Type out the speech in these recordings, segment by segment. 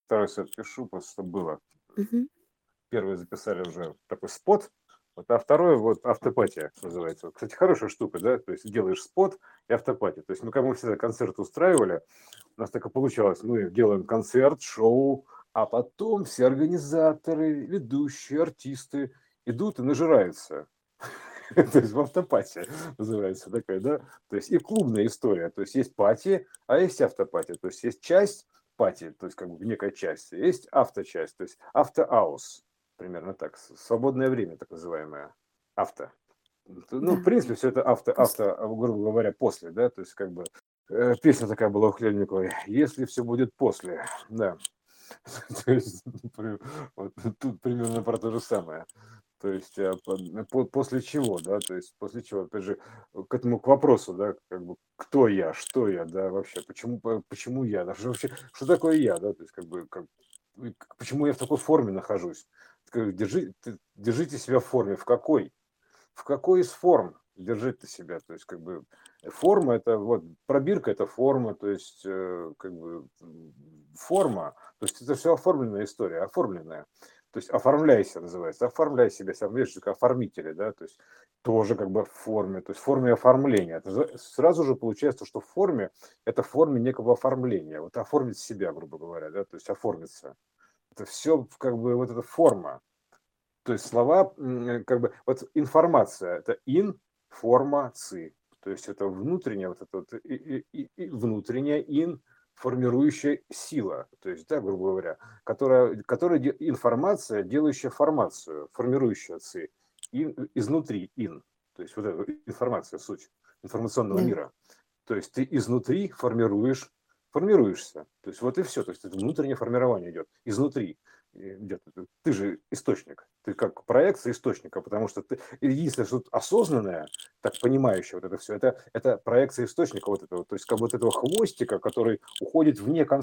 второй сет пишу, просто чтобы было. Мгм. Первый записали уже такой спот, вот, а второй вот автопатия называется. Вот, кстати, хорошая штука, да, то есть делаешь спот и автопатия. То есть, ну, как мы всегда концерты устраивали, у нас так и получалось, мы делаем концерт, шоу, а потом все организаторы, ведущие, артисты идут и нажираются. То есть в автопатии называется такая, да. То есть и клубная история. То есть есть пати, а есть автопатия. То есть есть часть пати, то есть как бы некая часть, есть авточасть, то есть автоаус. Примерно так. Свободное время, так называемое. Авто. Ну, в Да, принципе, все это после. грубо говоря, после, да, то есть как бы песня такая была у Хлебниковой, если все будет после, да. То есть вот тут примерно про то же самое. То есть после чего, да, то есть после чего, опять же, к вопросу, да, как бы, кто я, что я, да, вообще, почему я, да, что такое я, да, то есть как бы, почему я в такой форме нахожусь. Держите себя в форме, в какой из форм держите себя, то есть как бы форма это вот пробирка это форма, то есть как бы форма, то есть это все оформленная история, оформленная. То есть оформляйся называется, оформляй себя, сам видишь, как оформители, да, то есть тоже как бы в форме, то есть в форме оформления. Это сразу же получается, что в форме это в форме некого оформления, вот оформить себя, грубо говоря, да, то есть оформиться. Это все как бы вот эта форма. То есть слова, как бы, вот информация, это информации. То есть это внутренняя, вот это вот, и внутренняя формирующая сила, то есть, да, грубо говоря, информация, делающая формацию, формирующая ци, изнутри то есть вот эта информация, суть информационного Да. мира. То есть ты изнутри формируешься. То есть вот и все. То есть это внутреннее формирование идет. Изнутри идет. Ты же источник. Ты как проекция источника, потому что ты, единственное, что осознанное, так понимающее вот это все, это проекция источника вот этого, то есть как вот этого хвостика, который уходит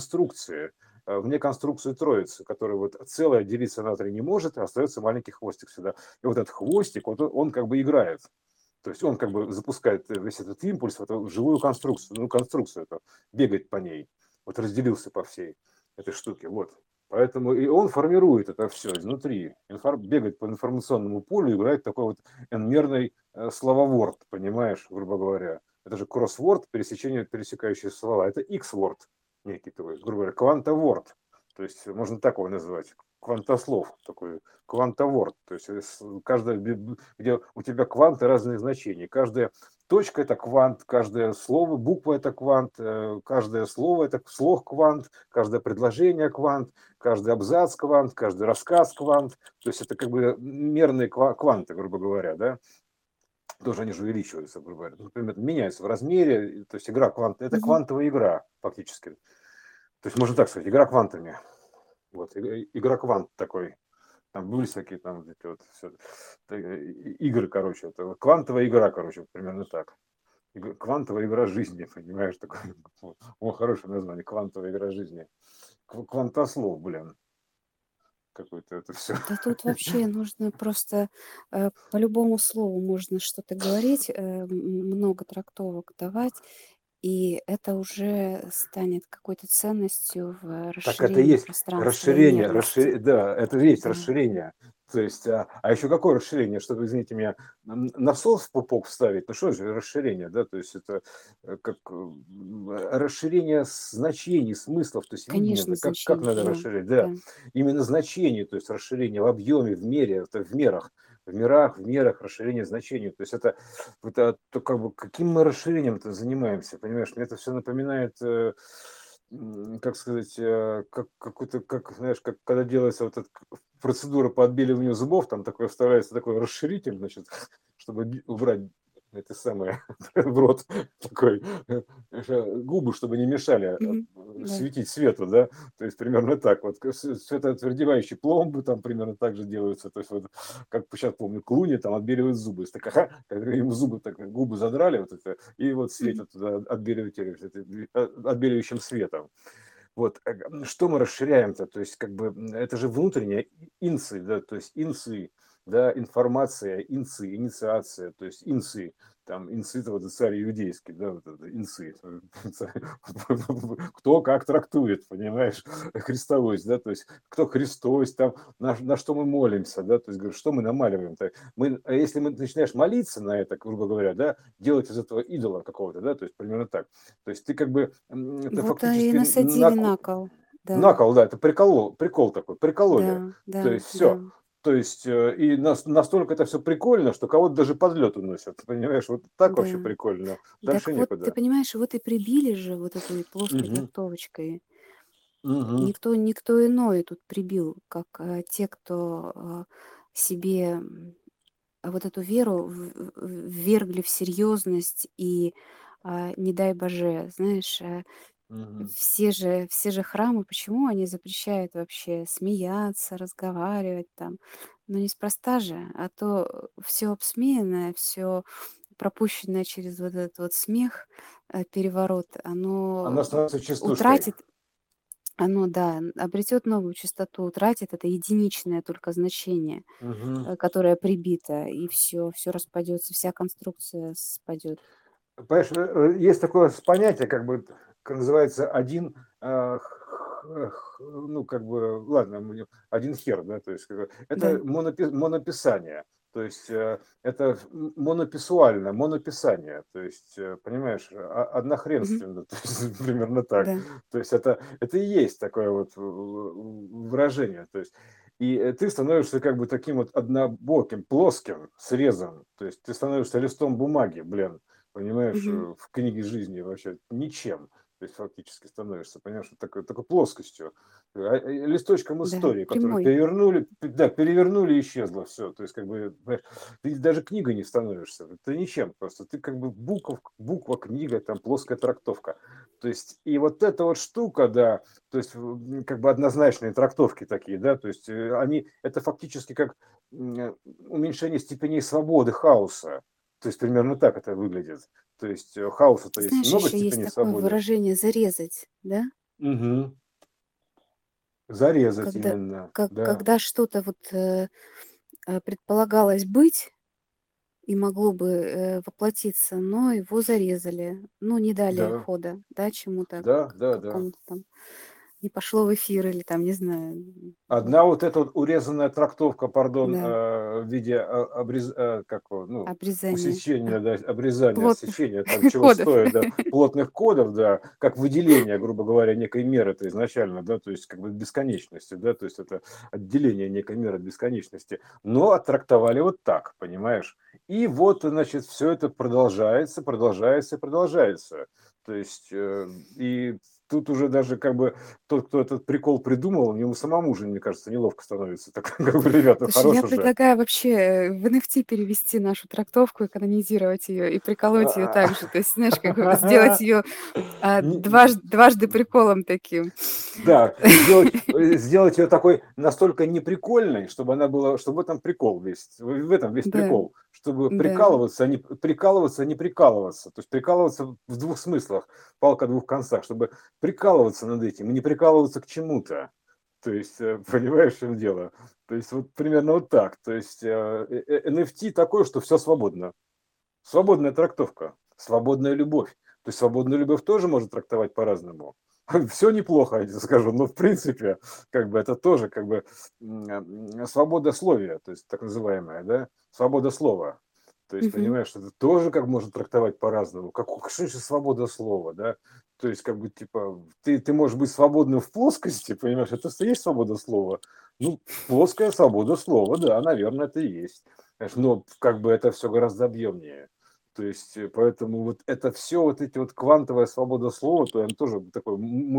вне конструкции троицы, который вот целое делиться на три не может, а остается маленький хвостик сюда. И вот этот хвостик, вот он как бы играет. То есть он как бы запускает весь этот импульс в эту живую конструкцию, ну, конструкцию эту, бегает по ней. Вот разделился по всей этой штуке. Вот. Поэтому и он формирует это все изнутри. Бегает по информационному полю, играет такой вот n-мерный слововорд, понимаешь, грубо говоря. Это же кроссворд, пересекающие слова. Это X-ворд некий такой, грубо говоря, квантоворд. То есть можно так его назвать. Квантослов такой, квантоворд. То есть каждая, где у тебя кванты разных значений. Каждая точка это квант, каждое слово, буква это квант, каждое слово это слог квант, каждое предложение квант, каждый абзац квант, каждый рассказ квант. То есть это как бы мерные кванты, грубо говоря, да. Тоже они же увеличиваются, грубо говоря. Например, меняются в размере. То есть игра квант, это Мгм. квантовая игра фактически. То есть можно так сказать, игра квантами. Вот, игра квант такой. Там были всякие там вот эти вот все, игры, короче, это вот квантовая игра, короче, примерно так. Квантовая игра жизни, понимаешь, такое. О, хорошее название, квантовая игра жизни. Квантослов, блин, какой-то это все. Да тут вообще нужно просто, по любому слову можно что-то говорить, много трактовок давать, и это уже станет какой-то ценностью в Так это и расширении есть пространства и расширение, мерности. да, это и есть Да. расширение. То есть, а еще какое расширение, чтобы, извините меня, насос в пупок вставить, ну что же расширение, да, то есть это как расширение значений, смыслов, то есть видение, Конечно, это как значение, надо да, расширять, да, да. именно значение, то есть расширение в объеме, в мере, это в мерах, в мерах расширение значений, то есть это то как бы каким мы расширением-то занимаемся, понимаешь, мне это все напоминает как сказать, как какой-то, как, знаешь, как когда делается вот эта процедура по отбеливанию зубов, там такой вставляется такой расширитель, значит, чтобы убрать это самое в рот такой губы, чтобы не мешали Мгм. Да. светить свету, да, то есть примерно так вот светоотвердевающие пломбы там примерно так же делаются, то есть вот как сейчас помню Клуни там отбеливают зубы, так ага, когда им зубы так губы задрали вот это и вот Мгм. светят туда отбеливателем, отбеливающим светом. Вот, что мы расширяем-то? То есть, как бы, это же внутренняя инцы, да, то есть инцы, да, информация, инцы, инициация, то есть инцы. там инцы, вот царь иудейский, да, вот это, инцы, кто как трактует, понимаешь, Христовость, да, то есть кто Христос, там, на что мы молимся, да, то есть, говорю, что мы намаливаем, а если мы начинаешь молиться на это, грубо говоря, да, делать из этого идола какого-то, да, то есть примерно так, то есть ты как бы, это Вот и фактически насадили на кол. Да, накол, да, это прикол такой, прикололи, да, да, то есть да, все. То есть, и настолько это все прикольно, что кого-то даже под лед уносят. Понимаешь, вот так вообще да. прикольно. Так Дальше вот, ты некуда. понимаешь, вот и прибили же вот этой плоской Мгм. трактовочкой. Мгм. Никто иной тут прибил, как те, кто себе вот эту веру ввергли в серьезность и, не дай боже, знаешь, Мгм. все же храмы, почему они запрещают вообще смеяться, разговаривать там? Ну, неспроста же, а то все обсмеянное, все пропущенное через вот этот вот смех, переворот, Она оно становится частушкой. утратит, оно, да, обретет новую частоту, утратит это единичное только значение, Мгм. которое прибито, и все распадется, вся конструкция спадет. Понимаешь, есть такое понятие, как бы, называется один, ну, как бы, ладно, один хер, да, то есть, Да. это монописание, то есть, это монописуально, монописание, то есть, понимаешь, Мгм. однохренственно, то есть, примерно так, Да. то есть, это и есть такое вот выражение, то есть, и ты становишься как бы таким вот однобоким, плоским срезом, то есть, ты становишься листом бумаги, блин, понимаешь, Мгм. в книге жизни вообще ничем. То есть фактически становишься, понимаешь, вот такой плоскостью, листочком Да. истории, которую Прямой. перевернули, да, перевернули, исчезло все. То есть, как бы, понимаешь, ты даже книгой не становишься, ты ничем просто, ты как бы буква, книга, там плоская трактовка. То есть, и вот эта вот штука, да, то есть, как бы однозначные трактовки такие, да, то есть, они, это фактически как уменьшение степеней свободы хаоса. То есть примерно так это выглядит. То есть хаоса-то есть Знаешь, много еще есть степеней такое свободы. выражение "зарезать", да? Мгм. Зарезать Когда именно, как да, когда что-то вот, предполагалось быть и могло бы, воплотиться, но его зарезали. Ну, не дали да, хода, да, чему-то, да, да, да. какому-то там, не пошло в эфир или там, не знаю, вот, Одна вот эта вот урезанная трактовка, пардон, да, в виде как его, ну, обрезание усечения, да, обрезания, плотных сечения, там чего кодов. стоит, да, плотных кодов, да, как выделение, грубо говоря, некой меры это изначально, да, то есть как бы бесконечности, да, то есть это отделение некой меры от бесконечности, но оттрактовали вот так, понимаешь? И вот, значит, все это продолжается, продолжается, продолжается. То есть, и тут уже даже как бы тот, кто этот прикол придумал, ему самому же, мне кажется, неловко становится. Так как бы, ребята, Слушай, я хорош уже. предлагаю вообще, в NFT перевести нашу трактовку и канонизировать ее и приколоть ее А, так же. То есть, знаешь, как бы сделать ее не- дважды приколом таким. Да, сделать ее такой настолько неприкольной, чтобы она была, чтобы в этом прикол весь, в этом весь Да, прикол, чтобы да. прикалываться, а не прикалываться. То есть прикалываться в двух смыслах, палка о двух концах, чтобы прикалываться над этим и не прикалываться к чему-то. То есть, понимаешь, в чем дело? То есть, вот примерно вот так. То есть, NFT такое, что все свободно. Свободная трактовка, свободная любовь. То есть свободную любовь тоже можно трактовать по-разному. Все неплохо, я тебе скажу, но в принципе, как бы это тоже как бы свобода словия, то есть так называемая, да, свобода слова. То есть, Мгм. понимаешь, это тоже как можно трактовать по-разному. Что значит свобода слова, да? То есть, как бы, типа, ты можешь быть свободным в плоскости, понимаешь, это и есть свобода слова. Ну, плоская свобода слова, да, наверное, это и есть. Знаешь, но как бы это все гораздо объемнее. То есть, поэтому вот это все, вот эти вот квантовая свобода слова, то он тоже такой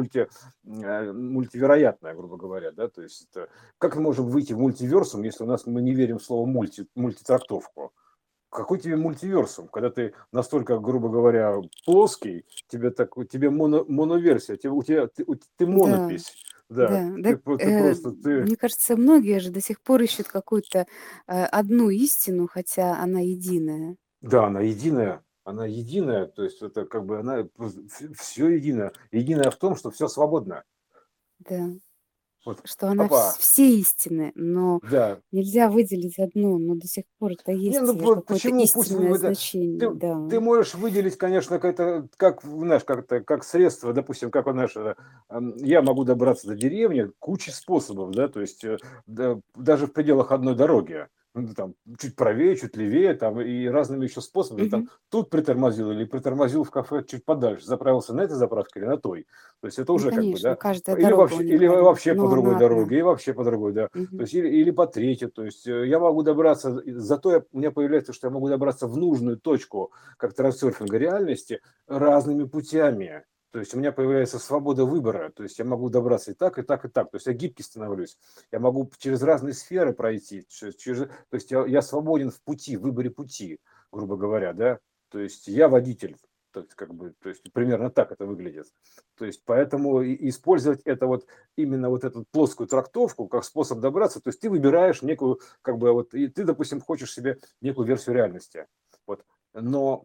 мультивероятная, грубо говоря, да, то есть это, как мы можем выйти в мультиверсум, если у нас мы не верим в слово мультитрактовку? Какой тебе мультиверсум, когда ты настолько, грубо говоря, плоский, тебе моноверсия, ты Да, монопись, да, да. ты, Дак ты просто, ты, мне кажется, многие же до сих пор ищут какую-то, одну истину, хотя она единая. да, она единая, то есть это как бы она все единое. Единое в том, что все свободно. Да. Вот, что она опа, все истины, но да. нельзя выделить одну, но до сих пор это Не, есть ну какое-то почему? Пусть истинное это значение, ты, да. ты можешь выделить, конечно, как, знаешь, как-то, как средство, допустим, как, вот, знаешь, я могу добраться до деревни кучей способов, да, то есть даже в пределах одной дороги. Ну, там, чуть правее, чуть левее, там, и разными еще способами. Там, Мгм. тут притормозил или притормозил в кафе чуть подальше, заправился на этой заправке или на той. То есть это Ну, уже как бы, конечно, да, каждая дорога или уникальна, вообще по но другой она одна. дороге, и вообще по другой, да. То Мгм. есть или по третьей. То есть я могу добраться, зато у меня появляется, что я могу добраться в нужную точку, как трансерфинга реальности, разными путями. То есть у меня появляется свобода выбора, то есть я могу добраться и так, и так, и так. То есть я гибкий становлюсь. Я могу через разные сферы пройти. То есть я свободен в пути, в выборе пути, грубо говоря, да. То есть я водитель. То есть, как бы, то есть примерно так это выглядит. То есть поэтому использовать это вот именно вот эту плоскую трактовку как способ добраться. То есть ты выбираешь некую, как бы вот, и ты, допустим, хочешь себе некую версию реальности. Вот. Но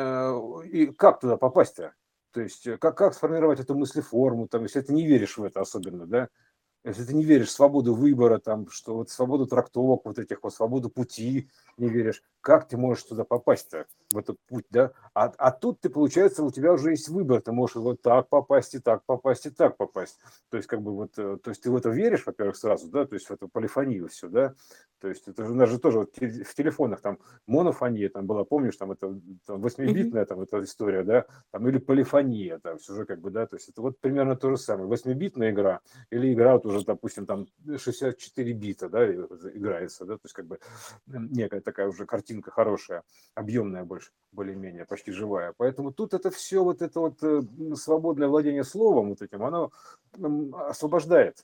и как туда попасть-то? То есть как сформировать эту мыслеформу, там, если ты не веришь в это особенно, да? Если ты не веришь в свободу выбора, там, что вот свободу трактовок, вот этих вот свободу пути не веришь, как ты можешь туда попасть-то, в этот путь, да? А тут ты, получается, у тебя уже есть выбор, ты можешь вот так попасть, и так попасть, и так попасть. То есть, как бы вот, то есть ты в это веришь, во-первых, сразу, да, то есть в эту полифонию все, да? То есть это же у нас же тоже вот в телефонах там монофония там была, помнишь, там это там, Мгм. 8-битная там эта история, да, там или полифония, там все же как бы, да, то есть это вот примерно то же самое. 8-битная игра, или игра вот уже, допустим, там 64 бита, да, играется, да, то есть как бы некая такая уже картинка хорошая, объемная больше, более-менее, почти живая. Поэтому тут это все, вот это вот свободное владение словом вот этим, оно освобождает.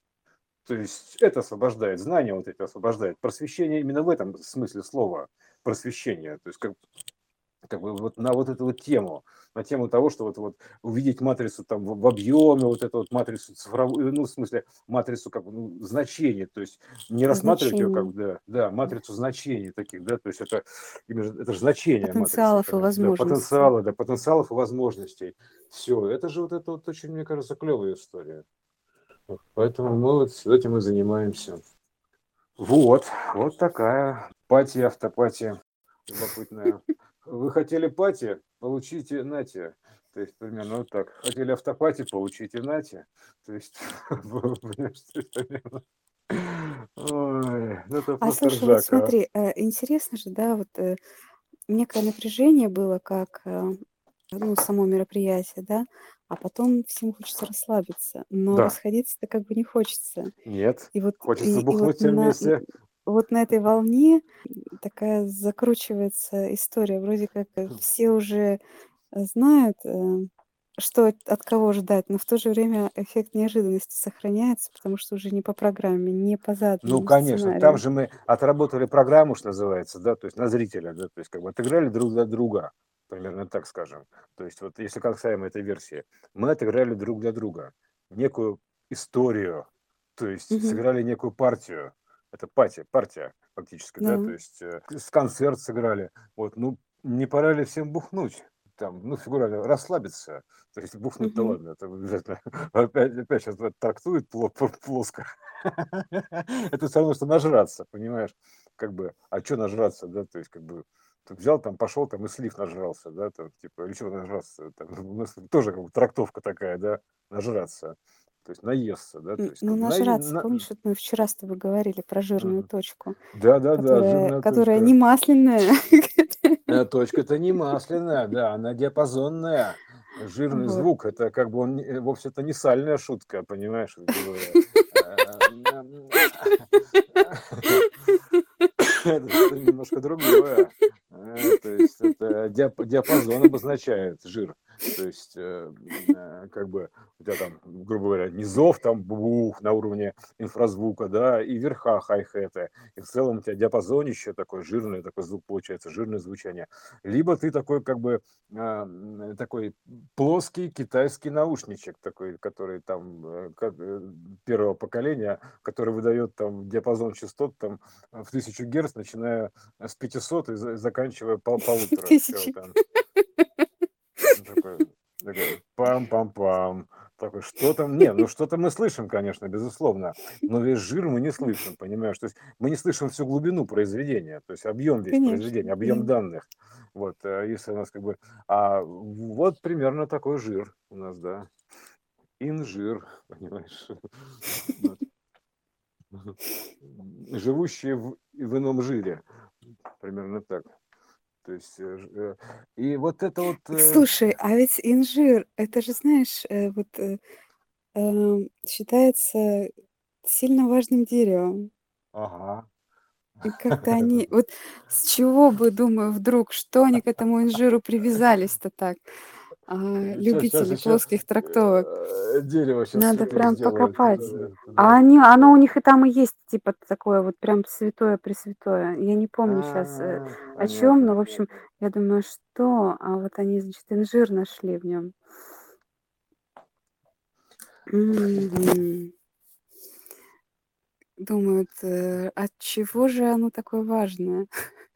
То есть это освобождает, знания вот эти освобождает. Просвещение именно в этом смысле слова просвещение. То есть как бы вот на вот эту вот тему, на тему того, что вот увидеть матрицу там в объеме, вот эту вот матрицу цифровую, ну, в смысле, матрицу как бы, ну, значений, то есть не рассматривать ее как, Значение да, матрицу значений таких, да, то есть это же значение матрицы, потенциалов и понимаешь, да, возможностей. потенциала, да, потенциалов и возможностей. Все, это же вот это вот очень, мне кажется, клевая история. Вот, поэтому мы вот с этим и занимаемся. Вот такая пати, автопати любопытная. Вы хотели пати, получите нате. То есть примерно вот так. Хотели автопати, получите нате. То есть, понимаешь, то есть примерно. Ой, это А просто слушай, вот ржака. смотри, интересно же, да, вот некое напряжение было, как ну, само мероприятие, да, а потом всем хочется расслабиться, но Да, расходиться-то как бы не хочется. нет, И вот, хочется и вот бухнуть всем вместе. вот на этой волне такая закручивается история. Вроде как все уже знают, что от кого ждать, но в то же время эффект неожиданности сохраняется, потому что уже не по программе, не по Ну, заданному конечно, там сценарию. же мы отработали программу, что называется, да, то есть на зрителя, да, то есть как бы отыграли друг за друга, примерно так скажем. То есть вот если касаемо этой версии, мы отыграли друг для друга некую историю, то есть Мгм. сыграли некую партию, это партия фактически, Да. да, то есть с концерт сыграли, вот, ну, не пора ли всем бухнуть? Там, ну, фигурально, расслабиться. То есть бухнуть-то Мгм. ладно, это обязательно опять сейчас трактует плоско. Это все равно, что нажраться, понимаешь? Как бы, а что нажраться, да, то есть, как бы, ты взял там, пошел там и слив нажрался, да, там, типа, или чего нажраться, там, у нас тоже как бы трактовка такая, да, нажраться, то есть наесться, да, то есть, Ну, как бы, нажраться. Помнишь, вот мы вчера с тобой говорили про жирную Мгм. точку, Да-да-да, которая жирная которая не точка. масляная. Точка-то не масляная, да, она диапазонная. Жирный Вот. звук, это как бы он вовсе-то не сальная шутка, понимаешь, грубо говоря. Это что-то немножко другое. То есть это диапазон обозначает жир. То есть как бы у тебя там, грубо говоря, низов там бух на уровне инфразвука, да, и верха хай-хета. И в целом у тебя диапазонище такой жирный, такой звук получается, жирное звучание. Либо ты такой как бы такой плоский китайский наушничек такой, который там первого поколения, который выдает там диапазон частот там в 1000 Гц, начиная с 500 и заканчивая полутора. Все Тысячи. там такой пам-пам-пам. Такой, что там? Не, ну что-то мы слышим, конечно, безусловно, но весь жир мы не слышим, понимаешь? То есть мы не слышим всю глубину произведения, то есть объем весь Конечно, произведения, объем да. данных. Вот, если у нас как бы... А вот примерно такой жир у нас, да. Инжир, понимаешь? Вот. Живущие в ином жире. Примерно так. То есть, и вот это вот... Слушай, а ведь инжир, это же, знаешь, считается сильно важным деревом. Ага. И как-то они вот с чего бы, думаю, вдруг, что они к этому инжиру привязались-то так, Сейчас любители еще плоских трактовок. дерево сейчас Надо святым прям сделают. покопать. Да. Оно у них и там и есть, типа, такое вот прям святое-пресвятое. Я не помню сейчас о чем, Понятно. но, в общем, я думаю, что, вот они, значит, инжир нашли в нем. Думают, от чего же оно такое важное?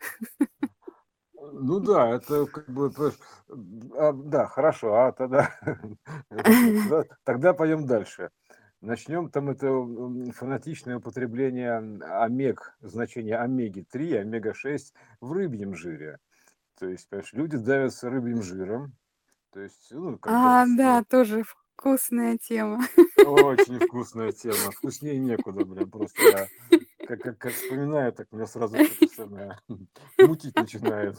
Ну да, это как бы, понимаешь, да, хорошо, тогда, тогда пойдем дальше. Начнем там это фанатичное употребление значения омеги-3, омега-6 в рыбьем жире. То есть, понимаешь, люди давятся рыбьим жиром, то есть, ну, как давятся, Да, тоже вкусная тема. очень вкусная тема, вкуснее некуда, блин, просто я как вспоминаю, так меня сразу это самое мутить начинает.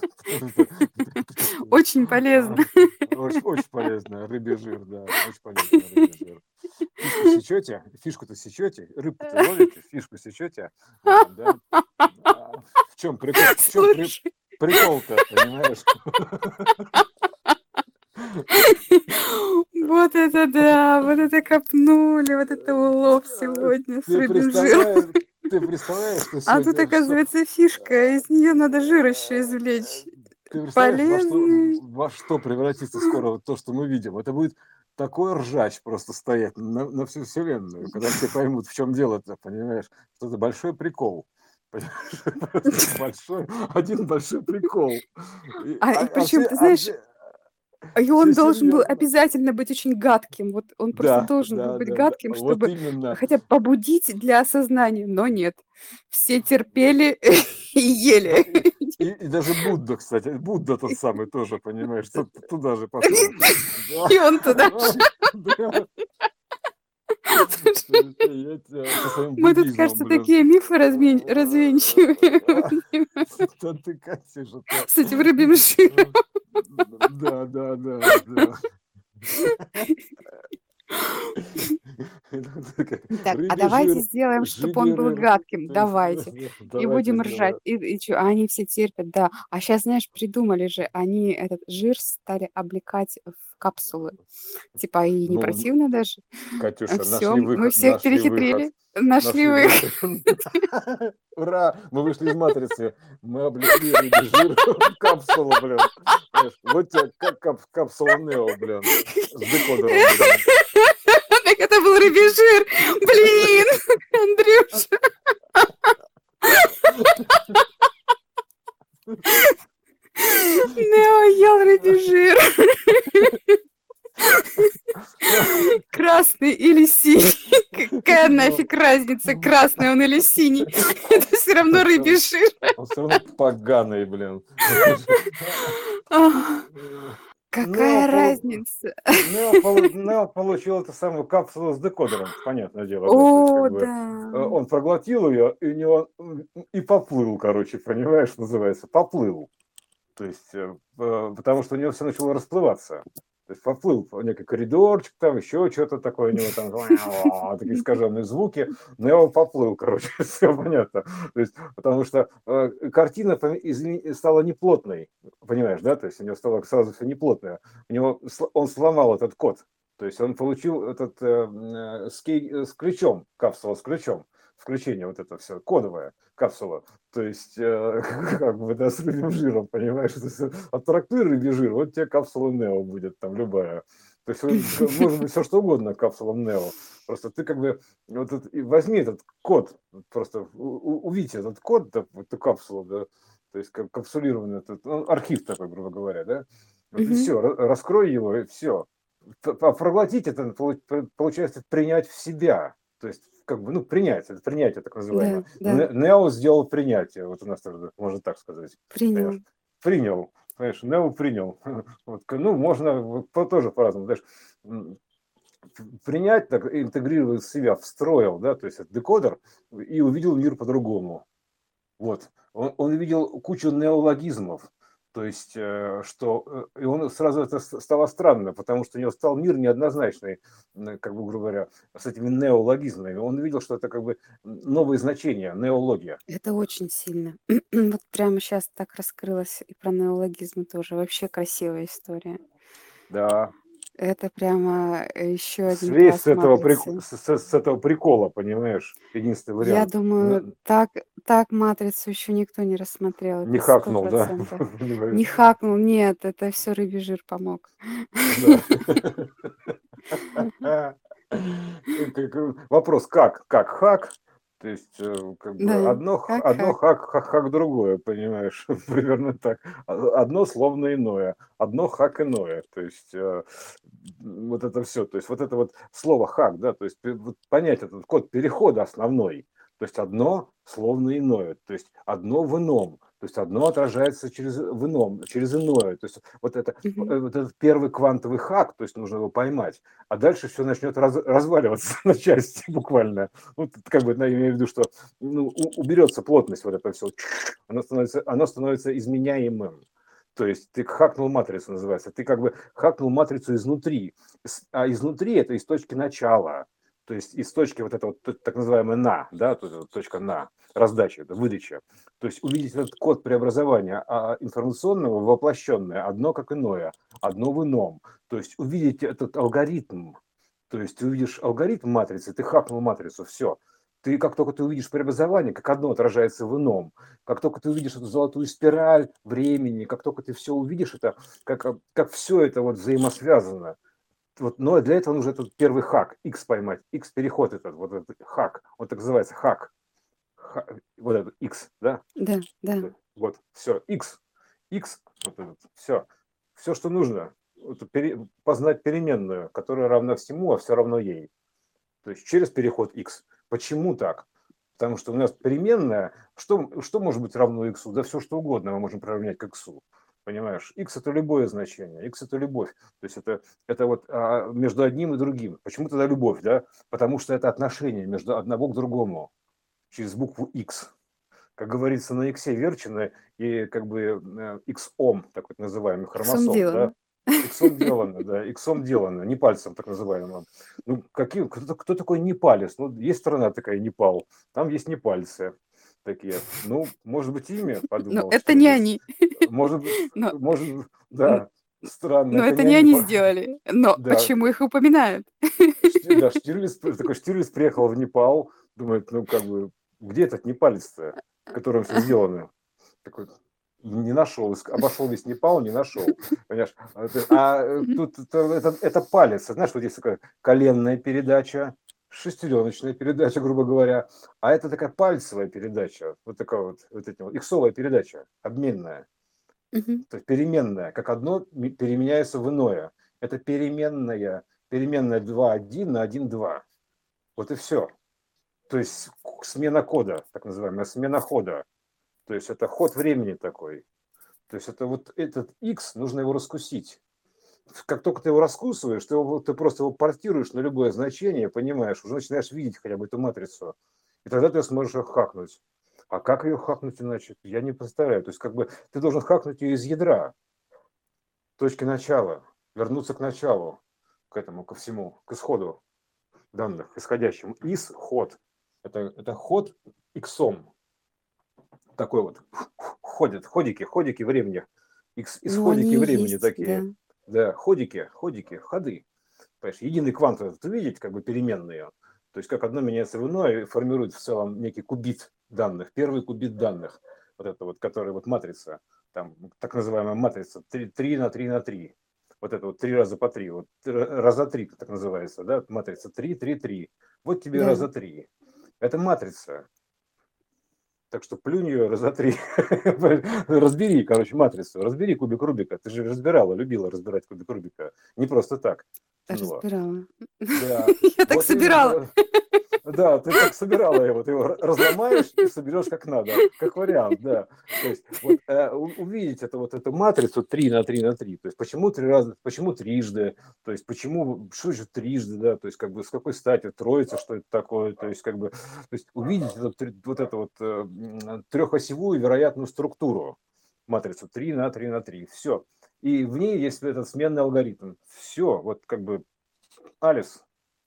Очень полезно. Очень полезно. Рыбий жир, да, очень полезно рыбий жир. Фишку сечете, фишку-то сечете, рыбку-то ловите, фишку сечете, да? В чем прикол? В чем Слушай, прикол-то, понимаешь? вот это да, вот это копнули, вот это улов сегодня с Ты рыбьим жиром. представляешь, ты представляешь, что А тут, сегодня, что, оказывается, фишка, из нее надо жир еще извлечь. ты представляешь, Полезный. во что превратится скоро вот то, что мы видим? Это будет такой ржач просто стоять на всю вселенную, когда все поймут, в чем дело-то, понимаешь? Что это большой прикол. Понимаешь? Просто один большой прикол. И причем, ты знаешь, и Все он должен был серьезно. обязательно быть очень гадким. Вот он просто Да, должен был да, быть да, да. гадким, Вот чтобы именно. хотя бы побудить для осознания. Но нет. Все терпели и ели. И даже Будда, кстати, Будда тот самый тоже, понимаешь, туда же пошел. Да, И он туда же. да. Я тебя со своим Мы тут, буддизмом, кажется, блин. такие мифы развенчиваем Да ты катишь это. с этим рыбьим жиром. Да, да, да, да. Так, а Рыбий давайте жир, сделаем, чтобы он был жиберыр. гадким. То есть, Давайте. И давайте будем ржать. сделаем. И чё? А они все терпят, да. А сейчас, знаешь, придумали же, они этот жир стали облекать в капсулы. Типа, и не Ну, противно даже. Катюша, Все, нашли мы выход, всех нашли выход, перехитрили. Нашли нашли выход. выход. Ура! Мы вышли из матрицы, мы облекли рыбий жир в капсулу, блин. Знаешь, вот тебе как капсула Нео, блин, с декодером, блин. Так это был рыбий жир. Блин, Андрюша. Нео ел рыбий жир. Красный или синий? Какая нафиг разница, красный он или синий? Это все равно рыбий жир. Он все равно поганый, блин. Нео, Какая разница? Нео получил эту самую капсулу с декодером, понятное дело, да, то есть как О, бы да. он проглотил ее и у него и поплыл, короче, понимаешь, что называется, поплыл. То есть, потому что у него все начало расплываться. То есть поплыл по некий коридорчик, там еще что-то такое, у него там такие искаженные звуки, но я поплыл, короче, все понятно. То есть, потому что картина стала неплотной, понимаешь, да? То есть у него стало сразу все неплотное. Он сломал этот код. То есть он получил этот с ключом, капсула с ключом, включение вот это все, кодовая капсула. То есть, как бы, да, с рыбьим жиром, понимаешь? Оттрактуй рыбий жир, вот тебе капсула Нео будет там любая. То есть, может быть, все что угодно капсулам Нео. Просто ты как бы вот возьми этот код, просто увидите этот код, эту капсулу, да, то есть как капсулированный этот, архив такой, грубо говоря, да. Вот и все, раскрой его, и все. проглотить это получается принять в себя. То есть, как бы, ну, принятие, это принятие так называемое. Да, да, Нео сделал принятие, вот у нас тоже можно так сказать. Понимаешь? принял. Принял. Понимаешь, Нео принял. Вот, ну, можно тоже по-разному. Знаешь, принять, так, интегрировать в себя, встроил, да, то есть это декодер, и увидел мир по-другому. Вот. Он видел кучу неологизмов, то есть, и он сразу это стало странно, потому что у него стал мир неоднозначный, как бы, грубо говоря, с этими неологизмами. Он видел, что это как бы новые значения, неология. Это очень сильно. Вот прямо сейчас так раскрылось и про неологизмы тоже. Вообще красивая история. Да. Это прямо еще один Связь класс матрицы. с этого прикола, понимаешь, единственный Я вариант. думаю, так матрицу еще никто не рассмотрел. Не Это сто хакнул, да? процентов. Понимаешь? Не хакнул, нет, это все рыбий жир помог. Да. Вопрос, как хак? То есть, как бы Да, как одно хак. хак другое, понимаешь? Примерно так. Одно словно иное, одно хак иное. То есть, вот это все. То есть, вот это вот слово хак, да, то есть, вот понять этот код перехода основной. То есть, одно словно иное. То есть, одно в ином. То есть, одно отражается в ином, через иное. То есть, Мгм. вот этот первый квантовый хак, то есть, нужно его поймать. А дальше все начнет разваливаться на части буквально. Вот как бы, я имею в виду, что уберется плотность вот это все. Оно становится изменяемым. То есть ты хакнул матрицу, называется. Ты как бы хакнул матрицу изнутри. А изнутри это из точки начала. То есть из точки вот этого так называемой на, да, точка на, раздача, это выдача. То есть увидеть этот код преобразования информационного воплощенное, одно как иное, одно в ином. То есть увидеть этот алгоритм, то есть ты увидишь алгоритм матрицы, ты хакнул матрицу, все. Ты, как только ты увидишь преобразование, как одно отражается в ином, как только ты увидишь эту золотую спираль времени, как только ты все увидишь, это как все это вот взаимосвязано. Вот, но для этого нужно этот первый хак, X поймать, X переход вот этот хак, он так называется хак, вот этот X, да? Да, да. Вот, все, X, вот этот, все, что нужно, познать переменную, которая равна всему, а все равно ей. То есть через переход X. Почему так? Потому что у нас переменная, что может быть равно X? Да все, что угодно мы можем приравнять к X. Понимаешь? X это любое значение, X это любовь. То есть это вот между одним и другим. Почему тогда любовь, да? Потому что это отношение между одного к другому через букву X. Как говорится, на X верчено и как бы X-ом, так вот называемый Иксом хромосом, да? делано. Иксом делано, да, иксом делано, не пальцем так называемым. Ну, кто такой Непалец? Ну, есть страна такая Непал, там есть непальцы такие. Ну, может быть, имя, Но подумал, это что не ли. они. Но, Да, странно, но это это не не они. они сделали. Но Да, почему их упоминают? Да, Штирлиц приехал в Непал, думает, ну, как бы, где этот непалец-то, в котором все сделано? Такой, не нашел, обошел весь Непал, не нашел. Понимаешь? Тут это палец. Знаешь, вот здесь такая коленная передача, шестереночная передача, грубо говоря, а это такая пальцевая передача, вот такая вот эти вот иксовая передача, обменная, Мгм. то есть переменная, как одно переменяется в иное. Это переменная 2,1 на 1,2. Вот и все. То есть смена кода, так называемая смена хода. То есть это ход времени такой. То есть это вот этот X, нужно его раскусить. Как только ты его раскусываешь, ты просто его портируешь на любое значение, понимаешь, уже начинаешь видеть хотя бы эту матрицу. И тогда ты сможешь ее хакнуть. А как ее хакнуть иначе? Я не представляю. То есть как бы ты должен хакнуть ее из ядра, точки начала, вернуться к началу, к этому, ко всему, к исходу данных, исходящим. Исход. Это ход иксом. Такой вот ходики времени, Ну, исходики они и времени есть, да. такие. Да, ходы. Понимаешь, единый квант этот увидеть, как бы переменные. То есть как одно меняется в иное, формирует в целом некий кубит данных, первый кубит данных, вот это вот, который вот матрица, там так называемая матрица 3 на 3 на 3. Вот это вот 3 раза по 3, вот раза 3, так называется, да, матрица 3, 3, 3. Вот тебе Да. раза 3. Это матрица. Так что плюнь ее раза 3. Разбери, короче, матрицу. Разбери кубик Рубика. Ты же разбирала, любила разбирать кубик Рубика. Не просто так. Ну, Разбирала. да, Я так вот собирала. именно. Да, ты так собирала его, ты его разломаешь и соберешь как надо, как вариант, да. То есть вот увидеть это, вот эту матрицу 3 на 3 на 3, то есть почему три раза, почему трижды, то есть почему, что же трижды, да, то есть как бы с какой стати троица, что это такое, то есть как бы, то есть увидеть вот эту вот трехосевую вероятную структуру, матрицу 3 на 3 на 3, все. И в ней есть этот сменный алгоритм. Все, вот как бы Алис,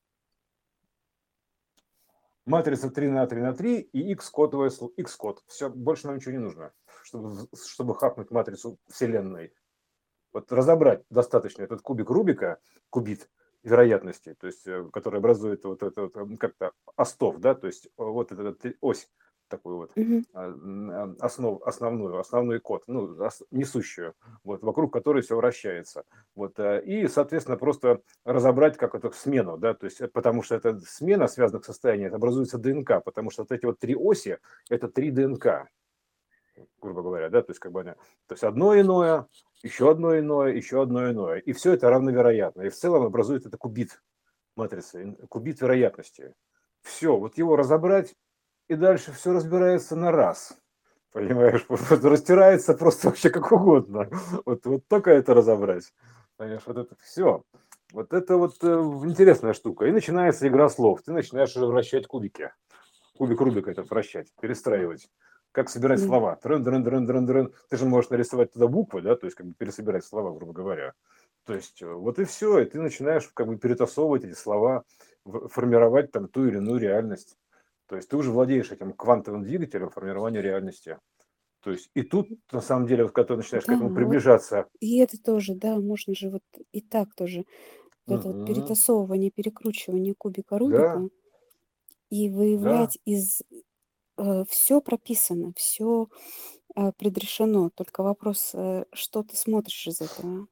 матрица 3 на 3 на 3 и x-кодовое x-код. Все, больше нам ничего не нужно, чтобы хакнуть матрицу Вселенной. Вот разобрать достаточно этот кубик Рубика, кубит вероятности, то есть, который образует вот это вот, как-то остов, да, то есть вот эта ось такую вот Мгм. основной код, ну, несущую, вот, вокруг которой все вращается. Вот, и, соответственно, просто разобрать как эту смену, да, то есть, потому что эта смена связанных состояний, это образуется ДНК, потому что вот эти вот три оси, это три ДНК, грубо говоря, да, то есть как бы то есть одно иное, еще одно иное, еще одно иное, и все это равновероятно, и в целом образует это кубит матрицы, кубит вероятности. Все, вот его разобрать, и дальше все разбирается на раз. Понимаешь, растирается просто вообще как угодно. Вот только это разобрать. Понимаешь, вот это все. Вот это вот интересная штука. И начинается игра слов. Ты начинаешь уже вращать кубики. Кубик Рубика это вращать, перестраивать. Как собирать Да. слова. Трын-трын-трын-трын-трын. Ты же можешь нарисовать туда буквы, да, то есть как бы пересобирать слова, грубо говоря. То есть вот и все, и ты начинаешь как бы перетасовывать эти слова, формировать там ту или иную реальность. То есть ты уже владеешь этим квантовым двигателем формирования реальности. То есть и тут, на самом деле, вот когда ты начинаешь к Да, этому вот приближаться, и это тоже, да, можно же вот и так тоже. Вот это вот мгм, перетасовывание, перекручивание кубика да, Рубика и да, выявлять из все прописано, все предрешено. Только вопрос, что ты смотришь из этого.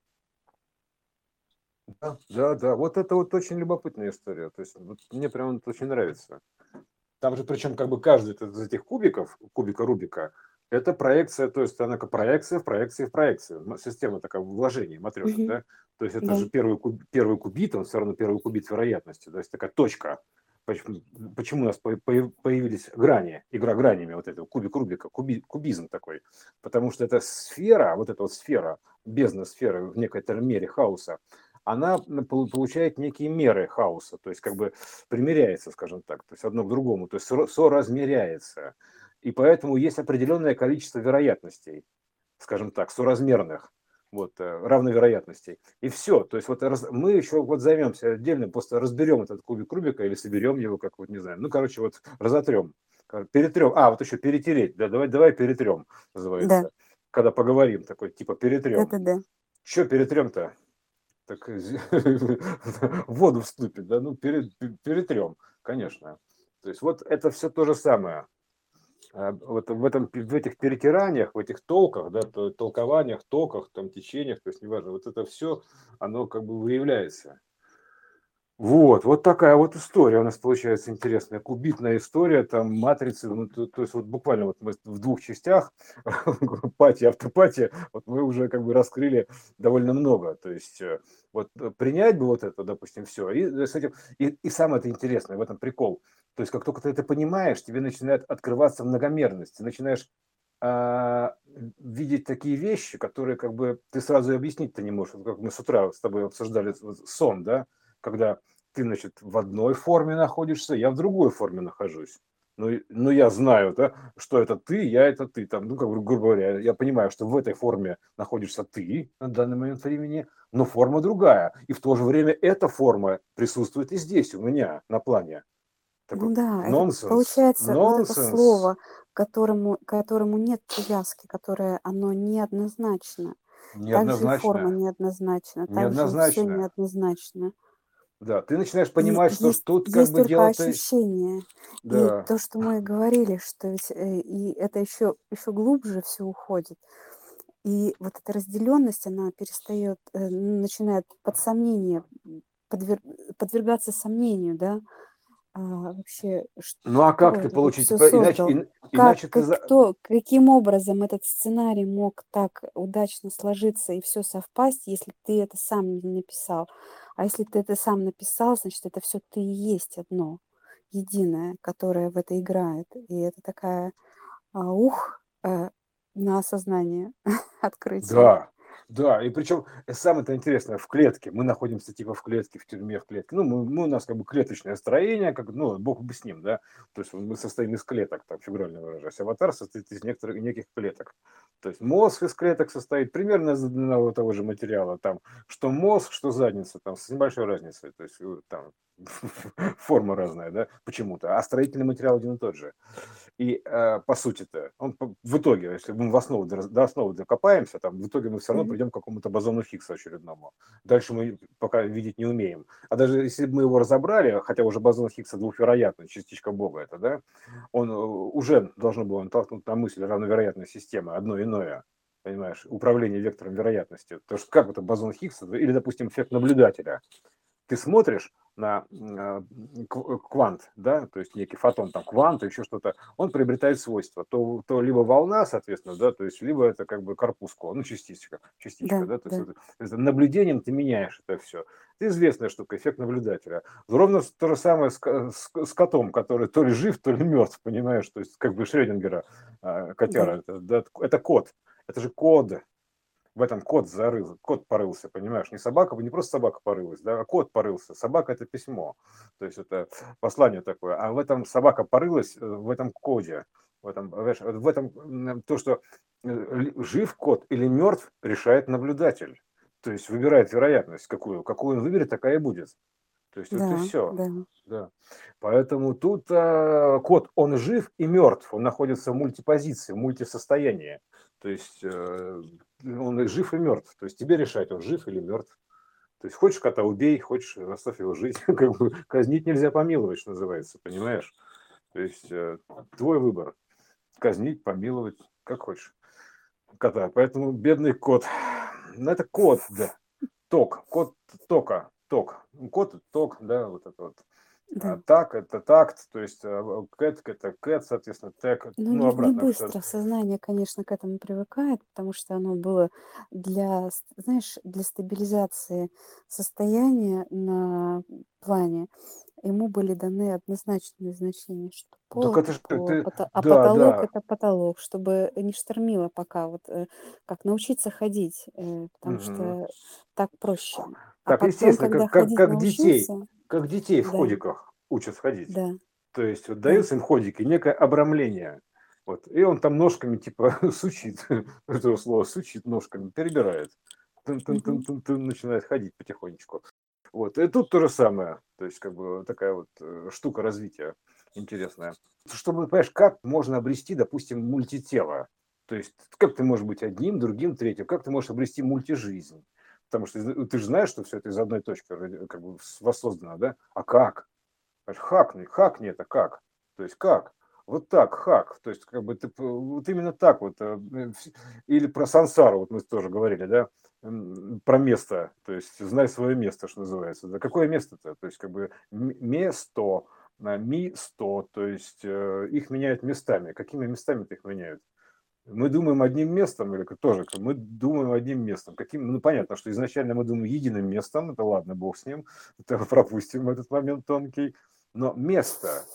да, да, да. Вот это вот очень любопытная история. То есть вот мне прям это очень нравится. Там же, причем, как бы каждый из этих кубиков, кубика Рубика, это проекция, то есть она как проекция в проекции в проекции. Система такая вложений, матрешек, Мгм. да? То есть это Да. же первый кубит, он все равно первый кубит вероятности, то есть такая точка. Почему у нас появились грани, игра гранями вот этого кубик Рубика, кубизм такой? Потому что эта сфера, вот эта вот сфера, бездна сферы в некоторой мере хаоса, она получает некие меры хаоса, то есть как бы примеряется, скажем так, то есть одно к другому, то есть соразмеряется. И поэтому есть определенное количество вероятностей, скажем так, соразмерных, вот, равновероятностей. И все. То есть вот мы еще вот займемся отдельно, просто разберем этот кубик Рубика или соберем его, как вот, не знаю, ну, короче, вот разотрем, перетрем. Вот еще перетереть, да, давай перетрем, Да, называется. Когда поговорим, такой, типа, перетрем. да-да-да. Че перетрем-то? Так в воду вступит, да, ну, перетрем, конечно. То есть вот это все то же самое. Вот в этих перетираниях, в этих толках, да, толкованиях, токах, там, течениях, то есть неважно, вот это все, оно как бы выявляется. Вот такая вот история у нас получается интересная, кубитная история, там матрицы, ну, то есть вот буквально вот мы в двух частях, пати, автопати, вот мы уже как бы раскрыли довольно много, то есть вот принять бы вот это, допустим, все, и с этим, и самое это интересное в этом прикол, то есть как только ты это понимаешь, тебе начинает открываться многомерность, ты начинаешь а, видеть такие вещи, которые как бы ты сразу и объяснить-то не можешь, вот как мы с утра с тобой обсуждали сон, да, когда ты, значит, в одной форме находишься, я в другой форме нахожусь. Ну, я знаю, да, что это ты, я это ты. Там, ну, как бы, грубо говоря, я понимаю, что в этой форме находишься ты на данный момент времени, но форма другая. И в то же время эта форма присутствует и здесь, у меня, на плане. Такой Ну да, это нонсенс, получается вот это нонсенс, слово, которому нет привязки, которое оно неоднозначно. Также и форма неоднозначно, неоднозначна, также и все неоднозначно. неоднозначно. Да, ты начинаешь И понимать, что есть тут как есть бы только дело-то, ощущение. И да, то, что мы говорили, что ведь, и это еще глубже все уходит. И вот эта разделенность, она перестает, начинает под сомнение, подвер подвергаться сомнению, да. Вообще, ну а кто как ты это вот получить, все создал? иначе ты Каким образом этот сценарий мог так удачно сложиться и все совпасть, если ты это сам не написал? А если ты это сам написал, значит, это все ты и есть одно, единое, которое в это играет. И это такая, на осознание, открытие. Да, да, и причем самое-то интересное, в клетке, мы находимся типа в клетке, в тюрьме, в клетке, ну, у нас как бы клеточное строение, как, ну, бог бы с ним, да, то есть мы состоим из клеток, так фигурально выражаясь, аватар состоит из неких клеток, то есть мозг из клеток состоит примерно из одного и того же материала, там, что мозг, что задница, там, с небольшой разницей, то есть там форма разная, да, почему-то, а строительный материал один и тот же. И по сути-то, в итоге, если мы до основы докопаемся, там, в итоге мы все равно Мгм. придем к какому-то бозону Хиггса очередному. Дальше мы пока видеть не умеем. А даже если бы мы его разобрали, хотя уже бозон Хиггса двухвероятный, частичка Бога это, да, он уже должно было натолкнуть на мысль равновероятной системы, одно иное, понимаешь, управление вектором вероятности. Потому что как это бозон Хиггса, или, допустим, эффект наблюдателя, ты смотришь на квант, да, то есть некий фотон, там квант, еще что-то, он приобретает свойства. То либо волна, соответственно, да, то есть либо это как бы корпускула, ну, частичка, Да, да, то есть да. наблюдением ты меняешь это все. Это известная штука, эффект наблюдателя. Ровно то же самое с котом, который то ли жив, то ли мертв, понимаешь, то есть как бы Шрёдингера, Да. котяра, это кот, это же код, в этом кот порылся, понимаешь, не просто собака порылась, да, а кот порылся. Собака это письмо, то есть это послание такое, а в этом собака порылась, в этом коде, то, что жив кот или мертв, решает наблюдатель, то есть выбирает вероятность, какую он выберет, такая и будет. То есть вот и Да, все. да. Да. Поэтому тут кот, он жив и мертв, он находится в мультипозиции, в мультисостоянии. То есть он и жив и мертв. То есть тебе решать, он жив или мертв. То есть хочешь кота убей, хочешь оставь его жить. Как бы казнить нельзя помиловать, что называется, понимаешь? То есть твой выбор. Казнить, помиловать, как хочешь кота. Поэтому бедный кот. Ну это кот, да. Код тока, ток. Код ток, да, вот это вот. Да. Так это такт, то есть кэт это кэт, соответственно, тег, Ну, ну не обратно все. быстро сознание, конечно, к этому привыкает, потому что оно было знаешь, для стабилизации состояния на плане ему были даны однозначные значения, что Так пол, это то же пол, ты, а да, потолок да. это потолок, чтобы не штормило пока, как научиться ходить, потому Мгм. что так проще. А Так, потом, естественно, когда ходить детей, научился, как детей в да, ходиках учат ходить. да, То есть вот да, дается им ходики, некое обрамление. Вот, и он там ножками типа сучит, этого слова сучит ножками, перебирает. мгм, Начинает ходить потихонечку. Вот, и тут то же самое. То есть, как бы такая вот штука развития интересная. Чтобы, понимаешь, как можно обрести, допустим, мультитело. То есть, как ты можешь быть одним, другим, третьим, как ты можешь обрести мультижизнь. Потому что ты же знаешь, что все это из одной точки как бы воссоздано, да? А как? Хакни это как? То есть как? Вот так, хак. То есть, как бы ты вот именно так вот. Или про сансару, вот мы тоже говорили, да, про место. То есть, знай свое место, что называется. Да какое место-то? То есть, как бы место, ми-100, то есть их меняют местами. Какими местами-то их меняют? Мы думаем одним местом, или тоже мы думаем одним местом. Ну, понятно, что изначально мы думаем единым местом, это ладно, бог с ним, это пропустим этот момент тонкий. Но место,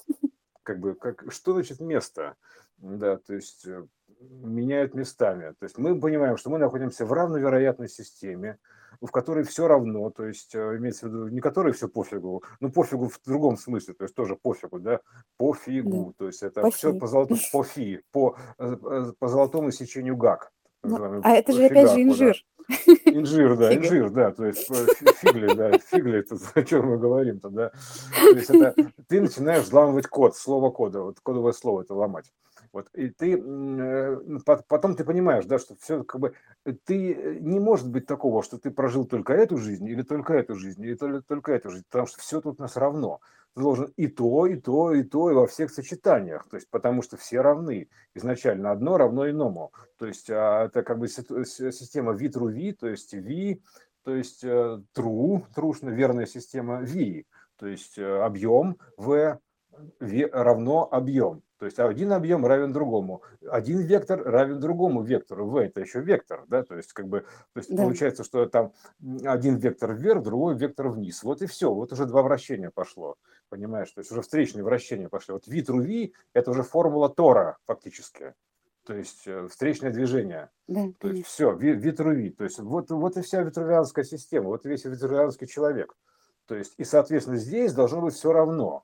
что значит место? Да, то есть меняют местами. То есть мы понимаем, что мы находимся в равновероятной системе, в которой все равно, то есть имеется в виду, не которой все пофигу, ну пофигу в другом смысле, то есть тоже пофигу, да, да. пофигу, то есть это все Спасибо. по золотому, по золотому сечению ГАК, так Ну, называемый а это же опять же фигаку, инжир. да. Фига. Инжир, да, то есть фигли, да, фигли, это о чем мы говорим-то, да. То есть это ты начинаешь взламывать код, слово кода, вот кодовое слово это ломать. Вот, и ты потом ты понимаешь, да, что все как бы не может быть такого, что ты прожил только эту жизнь, или только эту жизнь, или только эту жизнь, потому что все тут у нас равно. Ты должен и то, и то, и то, и во всех сочетаниях, то есть потому что все равны. Изначально одно равно иному. То есть это как бы система V-true-V, то есть V, то есть true, верная система V, то есть объем V равно объем. То есть один объем равен другому. Один вектор равен другому вектору. V это еще вектор, да, то есть как бы, то есть Да. получается, что там один вектор вверх, другой вектор вниз. Вот и все. Вот уже два вращения пошло. Понимаешь, то есть уже встречные вращения пошли. Вот V true V это уже формула Тора фактически. То есть встречное движение. Да, То есть конечно. все, Витрувий. То есть вот и вся витрувианская система, вот весь витрувианский человек. То есть, и, соответственно, здесь должно быть все равно.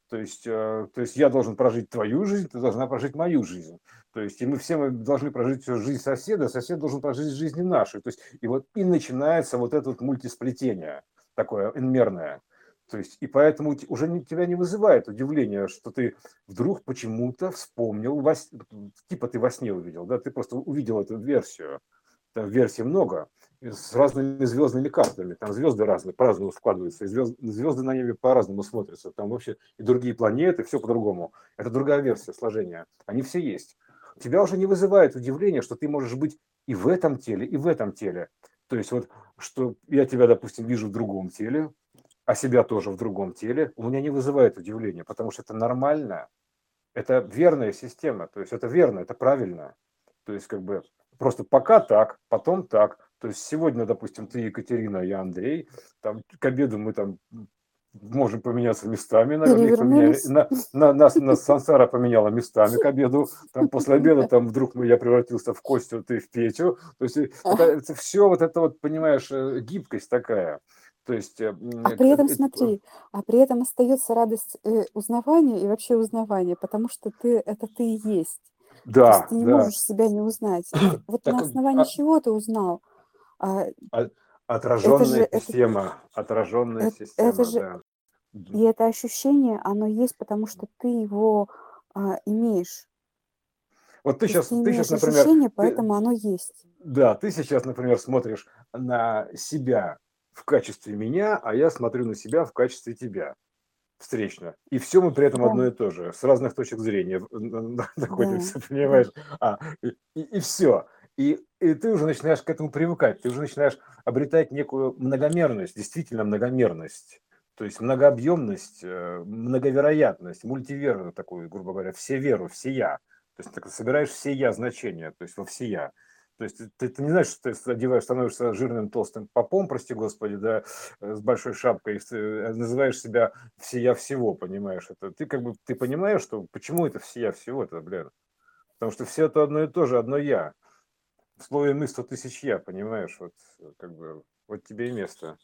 То есть я должен прожить твою жизнь, ты должна прожить мою жизнь. То есть, и мы должны прожить жизнь соседа, сосед должен прожить жизнь нашу. То есть, и вот и начинается вот это вот мультисплетение такое инмерное. То есть, и поэтому уже тебя не вызывает удивление, что ты вдруг почему-то вспомнил, типа ты во сне увидел, да, ты просто увидел эту версию. Там версий много, с разными звездными картами. Там звезды разные, по-разному складываются, и звезды на небе по-разному смотрятся. Там вообще и другие планеты, все по-другому. Это другая версия сложения. Они все есть. Тебя уже не вызывает удивления, что ты можешь быть и в этом теле, и в этом теле. То есть вот, что я тебя, допустим, вижу в другом теле, а себя тоже в другом теле, у меня не вызывает удивления, потому что это нормально, это верная система, то есть это верно, это правильно. То есть как бы просто пока так, потом так. То есть сегодня, допустим, ты Екатерина, я Андрей, там к обеду мы там можем поменяться местами, наверное, их поменяли, Перевернулись. нас Сансара поменяла местами к обеду, там после обеда там вдруг я превратился в Костю, ты в Петю, то есть это все вот это вот, понимаешь, гибкость такая, то есть А при этом, смотри, а при этом остается радость узнавания и вообще узнавания, потому что это ты и есть. То есть да, ты не да, можешь себя не узнать. Вот так на основании чего ты узнал? А, отраженная это, отраженная это система, же, да. и это ощущение, оно есть, потому что ты его имеешь. Вот То есть ты ты сейчас, имеешь например, ощущение, поэтому оно есть. да, ты сейчас, например, смотришь на себя в качестве меня, а я смотрю на себя в качестве тебя встречно. И все мы при этом Да, одно и то же, с разных точек зрения да, находимся, да. понимаешь? И все. И ты уже начинаешь к этому привыкать, ты уже начинаешь обретать некую многомерность, действительно многомерность. То есть многообъемность, многовероятность, мультиверу такую, грубо говоря, все веру, все я. То есть ты собираешь все я значения, то есть во все я. То есть ты не знаешь, что ты одеваешь, становишься жирным толстым попом, прости господи, да, с большой шапкой, называешь себя всея всего, понимаешь? Это ты как бы ты понимаешь, что почему это всея всего, это, блин? Потому что все это одно и то же, одно я. В слове мы 100 тысяч я, понимаешь? Вот как бы вот тебе и место.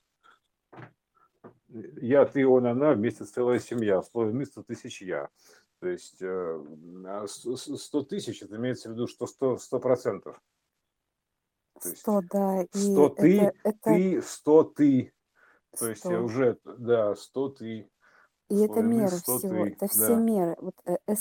Я, ты, он, она, вместе целая семья. В слове мы 100 тысяч я. То есть 100 тысяч, это имеется в виду, что 100%. То есть 100, да, и 100 это ты, 100 ты. То есть 100. уже, да, 100 ты. И В это слове мы меры 100 всего, ты, это все да. меры. Вот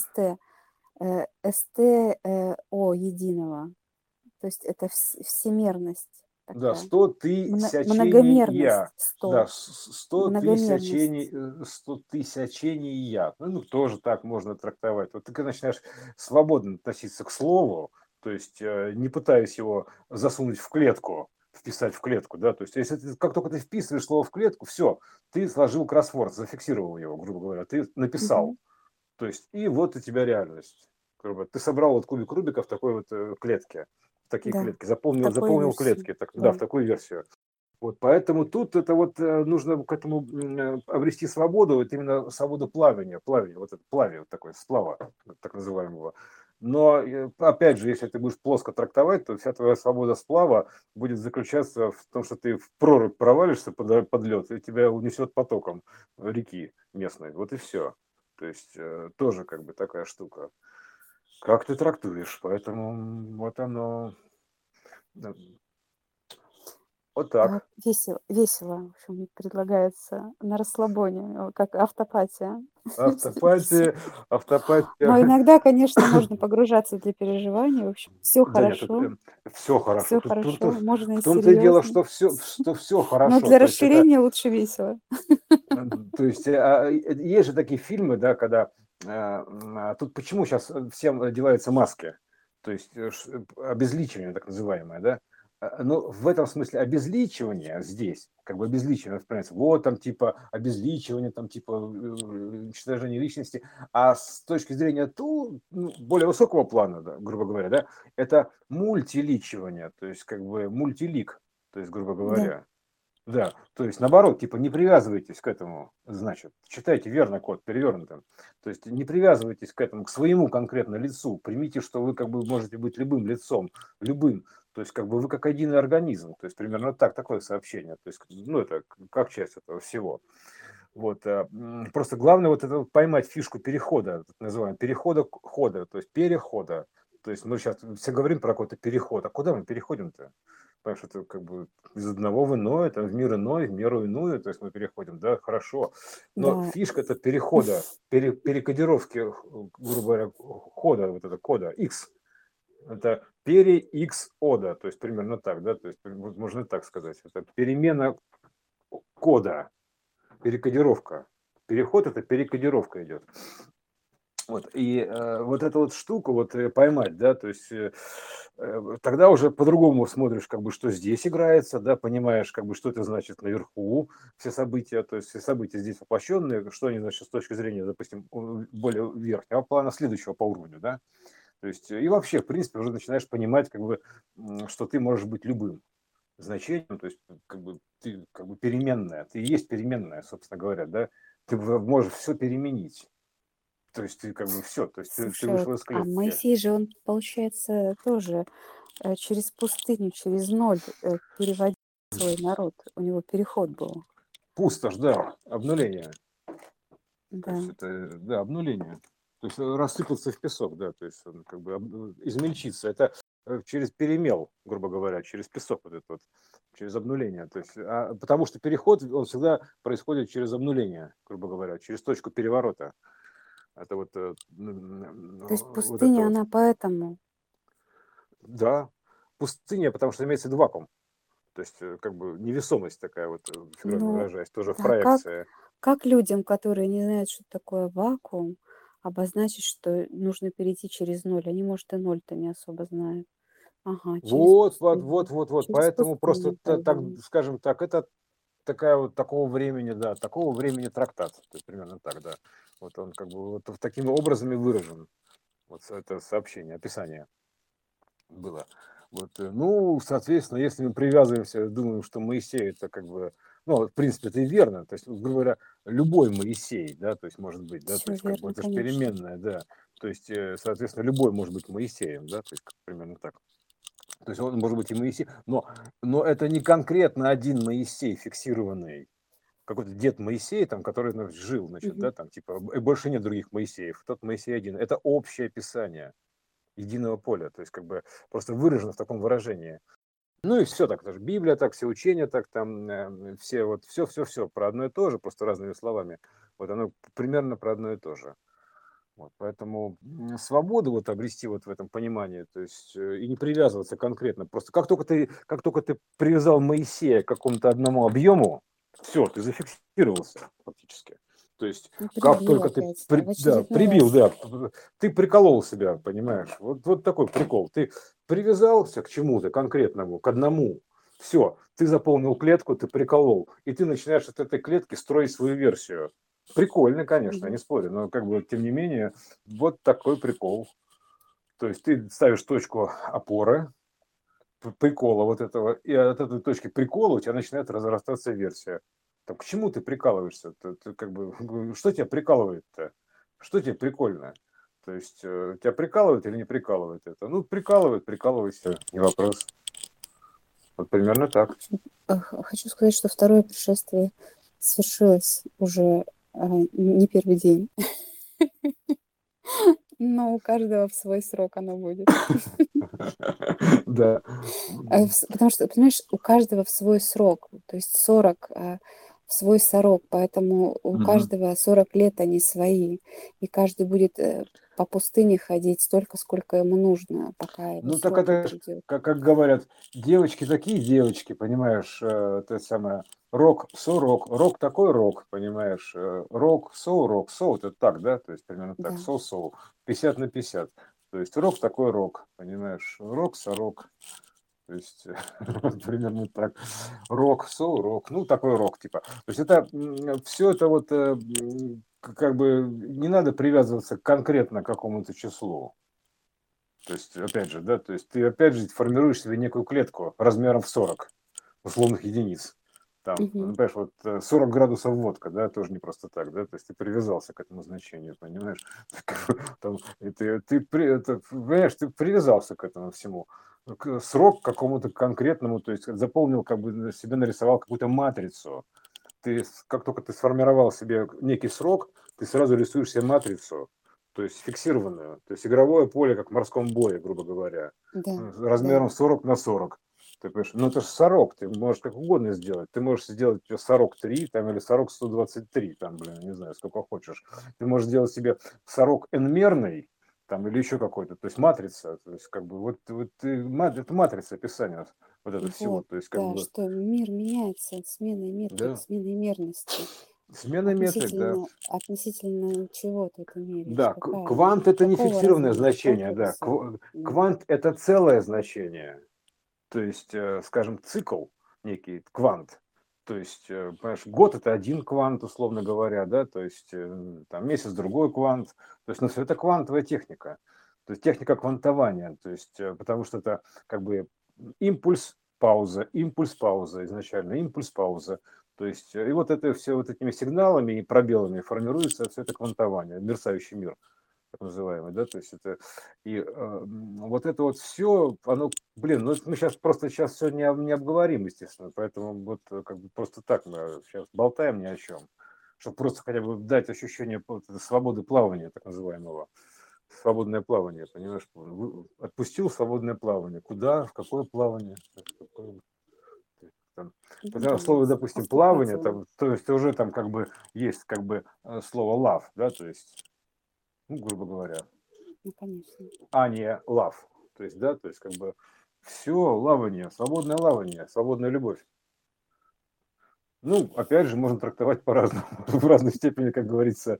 О единого. То есть это всемерность Да, такая. 100 тысячений Многомерность я. 100. Да, 100 тысячений, Многомерность. 100 тысячений я. Ну, тоже так можно трактовать. Вот ты когда начинаешь свободно относиться к слову, то есть не пытаясь его засунуть в клетку, вписать в клетку, да, то есть если ты, как только ты вписываешь слово в клетку, все, ты сложил кроссворд, зафиксировал его, грубо говоря, ты написал. Мгм. То есть и вот у тебя реальность. Грубо. Ты собрал вот кубик Рубика в такой вот клетке, в такие Да, клетки, в такой заполнил версии. клетки, так, да, Да. в такую версию. Вот, поэтому тут это вот нужно к этому обрести свободу, вот именно свободу плавания, вот это плавие вот такое, сплава, так называемого. Но, опять же, если ты будешь плоско трактовать, то вся твоя свобода сплава будет заключаться в том, что ты в прорубь провалишься под лед, и тебя унесет потоком реки местной. Вот и все. То есть тоже как бы такая штука. Как ты трактуешь? Поэтому вот оно да, вот так. Весело, весело, в общем, предлагается на расслабоне, как автопатия. Всё. Автопатия, Но автопатия. иногда, конечно, можно погружаться для переживаний. В общем, все Да нет, хорошо, все хорошо. все хорошо, можно В и том-то и дело, серьезно. что все Но хорошо. для То есть это, расширения лучше весело. то есть есть же такие фильмы, да, когда тут почему сейчас всем одеваются маски, то есть обезличивание так называемое, да. Ну, в этом смысле обезличивание здесь, как бы обезличивание воспринимается, вот там типа обезличивание, там типа уничтожение личности, а с точки зрения более высокого плана, да, грубо говоря, да, это мультиличивание, то есть как бы мультилик, то есть, грубо Да, говоря, да, то есть наоборот, типа не привязывайтесь к этому, значит, читайте верно код перевернутым, то есть не привязывайтесь к этому, к своему конкретно лицу, примите, что вы как бы можете быть любым лицом, любым, то есть как бы вы как единый организм, то есть примерно так, такое сообщение, то есть, ну это как часть этого всего. Вот, просто главное вот это вот поймать фишку перехода, так называемого перехода хода, то есть перехода. То есть мы сейчас все говорим про какой-то переход, а куда мы переходим-то? Понимаешь, это как бы из одного в иное, там, в мир иной, в меру иную, то есть мы переходим, да, хорошо. Но да. фишка это перехода, перекодировки, грубо говоря, хода, вот это кода X. Это пере X ода, то есть примерно так, да, то есть можно так сказать. Это перемена кода, перекодировка. Переход это перекодировка идет. Вот, и вот эту вот штуку вот поймать, да, то есть тогда уже по-другому смотришь, как бы, что здесь играется, да, понимаешь, как бы, что это значит наверху, все события, то есть все события здесь воплощенные, что они значит с точки зрения, допустим, более верхнего плана, следующего по уровню, да, то есть и вообще, в принципе, уже начинаешь понимать, как бы, что ты можешь быть любым значением, то есть как бы ты как бы переменная, ты и есть переменная, собственно говоря, да, ты можешь все переменить. То есть ты как бы все, то есть ты Слушай, вот, вышел из а клетки. Моисей же, он, получается, тоже через пустыню, через ноль переводил свой народ. У него переход был. Пустошь, да, обнуление. То есть Да. это, да, обнуление. То есть рассыпаться в песок, да, то есть он как бы измельчиться. Это через перемел, грубо говоря, через песок вот этот вот, через обнуление. То есть, потому что переход, он всегда происходит через обнуление, грубо говоря, через точку переворота. Это вот, То есть вот это пустыня, вот, она поэтому. да, пустыня, потому что имеется в виду вакуум. То есть, как бы невесомость такая вот, фигурально Ну, выражаясь, тоже в а проекции. как людям, которые не знают, что такое вакуум, обозначить, что нужно перейти через ноль? Они, может, и ноль-то не особо знают. Ага, через Вот, вот, вот, пустыню. вот, вот. Через Поэтому просто пустыню так, пойдем. скажем так, это такая вот такого времени, да, такого времени трактат. То есть примерно так, да. Вот он как бы вот такими образами выражен. Вот это сообщение, описание было. Вот, ну, соответственно, если мы привязываемся, думаем, что Моисей это как бы, ну, в принципе, это и верно. То есть, грубо говоря, любой Моисей, да, то есть может быть, да, то Все есть как бы верно, это же конечно. переменная, да. То есть, соответственно, любой может быть Моисеем, да, то есть примерно так. То есть он может быть и Моисей, но это не конкретно один Моисей фиксированный, какой-то дед Моисей, там, который жил, значит, Мгм. да, там, типа, и больше нет других Моисеев, тот Моисей один. Это общее описание единого поля, то есть как бы просто выражено в таком выражении. Ну и все так, даже Библия так, все учения так, там, все вот, все про одно и то же, просто разными словами. Вот оно примерно про одно и то же. Вот, поэтому свободу вот обрести вот в этом понимании, то есть и не привязываться конкретно. Просто как только ты привязал Моисея к какому-то одному объему, все, ты зафиксировался фактически. То есть Ну, как прибил только ты опять, в да, очередной прибил, раз. да, ты приколол себя, понимаешь? Вот такой прикол. Ты привязался к чему-то конкретному, к одному. Все, ты заполнил клетку, ты приколол, и ты начинаешь от этой клетки строить свою версию. Прикольно, конечно, Мгм. не спорю, но как бы тем не менее вот такой прикол. То есть ты ставишь точку опоры, прикола вот этого, и от этой точки прикола у тебя начинает разрастаться версия. Так к чему ты прикалываешься? Ты как бы, что тебя прикалывает-то? Что тебе прикольно? То есть тебя прикалывает или не прикалывает это? Ну, прикалывает, прикалывайся, не вопрос. Вот примерно так. Хочу сказать, что второе пришествие свершилось уже не первый день, но у каждого в свой срок оно будет. Да. Потому что, понимаешь, у каждого в свой срок, то есть 40 в свой сорок, поэтому у Мгм. каждого 40 лет они свои, и каждый будет по пустыне ходить столько, сколько ему нужно, пока его Ну, так срок не это ж, придет. как говорят, девочки такие девочки, понимаешь, это самое, рок, со-рок, рок такой рок, понимаешь, рок, соу, это так, да, то есть примерно так, Да. соу, 50 на 50, то есть рок такой рок, понимаешь, рок, сорок, То есть вот примерно так. Рок, рок, ну такой рок типа. То есть это все это вот как бы не надо привязываться конкретно к какому-то числу. То есть, опять же, да, то есть ты опять же формируешь себе некую клетку размером в 40 условных единиц. Там, Мгм. понимаешь, вот 40 градусов водка, да, тоже не просто так, да, то есть ты привязался к этому значению, понимаешь? Там, и понимаешь, ты привязался к этому всему. Срок к какому-то конкретному, то есть заполнил, как бы себе нарисовал какую-то матрицу. Как только ты сформировал себе некий срок, ты сразу рисуешь себе матрицу, то есть фиксированную, то есть игровое поле, как в морском бое, грубо говоря, Да, да. размером 40 на 40. Ты понимаешь, ну это же сорок, ты можешь как угодно сделать. Ты можешь сделать сорок 3 там, или сорок 123, там, блин, не знаю, сколько хочешь. Ты можешь сделать себе сорок n-мерный, там, или еще какой-то, то есть матрица, то есть как бы это матрица описания вот этого всего, Вот, то есть как да, бы, что мир меняется да, сменой мерности. смена метрик, да. Относительно чего ты это меряешь? Да, квант это не Какого фиксированное размера? Что значение, ты да. рисуешь? Квант это целое значение. То есть, скажем, цикл некий, квант. То есть, понимаешь, год это один квант, условно говоря, да, то есть там месяц другой квант. То есть, ну, все это квантовая техника. То есть техника квантования. То есть, потому что это как бы импульс, пауза изначально, импульс, пауза. То есть, и вот это все вот этими сигналами и пробелами формируется все это квантование, мерцающий мир так называемый, да, то есть это и вот это вот все, оно, блин, ну мы сейчас все не обговорим, естественно, поэтому вот как бы просто так мы сейчас болтаем ни о чем, чтобы просто хотя бы дать ощущение вот этой свободы плавания, так называемого, свободное плавание, понимаешь, отпустил свободное плавание, куда, в какое плавание, там, Ну потому да, что слово, допустим, плавание, авторитетом. там, то есть уже там как бы есть как бы слово love, да, то есть, ну, грубо говоря, Ну, конечно. а не love. То есть, да, то есть как бы все, лавание, свободная любовь. Ну, опять же, можно трактовать по-разному, в разной степени, как говорится,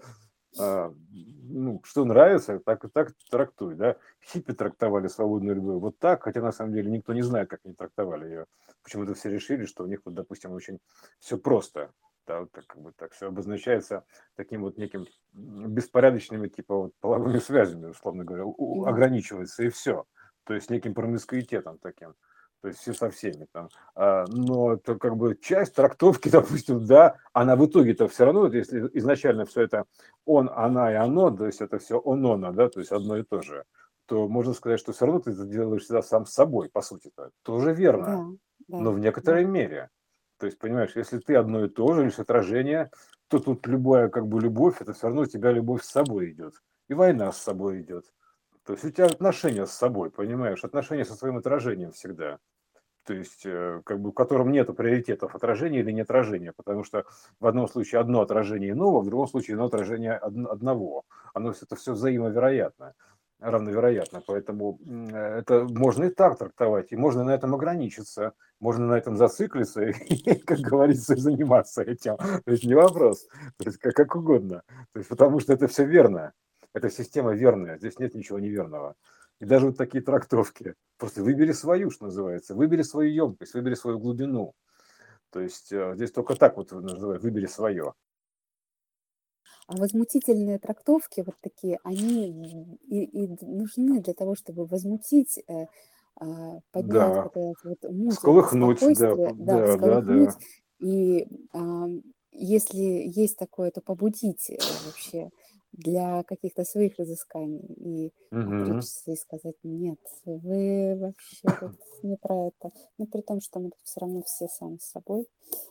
ну, что нравится, так и так трактуй, да. Хиппи трактовали свободную любовь вот так, хотя на самом деле никто не знает, как они трактовали ее. Почему-то все решили, что у них, вот, допустим, очень все просто. Да, вот так, как бы так все обозначается таким вот неким беспорядочными, типа вот половыми связями, условно говоря, Да, ограничивается и все. То есть неким промискуитетом таким. То есть все со всеми там. Но это как бы часть трактовки, допустим, да, она в итоге-то все равно, вот если изначально все это он, она и оно, то есть это все оно, да, то есть одно и то же, то можно сказать, что все равно ты это делаешь всегда сам с собой, по сути-то. Тоже да, верно, да, но в да. некоторой мере. То есть, понимаешь, если ты одно и то же, лишь отражение, то тут любая как бы любовь, это все равно у тебя любовь с собой идет. И война с собой идет. То есть у тебя отношения с собой, понимаешь, отношения со своим отражением всегда. То есть, как бы, в котором нет приоритетов отражения или не отражения, потому что в одном случае одно отражение иного, в другом случае одно отражение одного. Это все взаимовероятно, равновероятно. Поэтому это можно и так трактовать, и можно на этом ограничиться, можно на этом зациклиться и, как говорится, заниматься этим. То есть не вопрос, то есть как угодно. То есть, потому что это все верно, эта система верная, здесь нет ничего неверного. И даже вот такие трактовки. Просто выбери свою, что называется. Выбери свою емкость, выбери свою глубину. То есть здесь только так вот называют, выбери свое. А возмутительные трактовки вот такие, они нужны для того, чтобы возмутить, поднять Да, вот этот вот муть, это всколыхнуть, да, спокойствие, да, да, всколыхнуть. да. И если есть такое, то побудить вообще для каких-то своих изысканий и Мгм. отречься и сказать, нет, вы вообще тут не про это. Ну, при том, что мы тут все равно все сами с собой.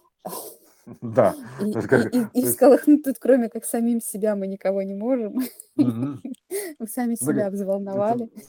Да, И то есть, и и то есть, всколыхнуть тут, кроме как самим себя, мы никого не можем. мгм. Мы сами Ну, себя это взволновали.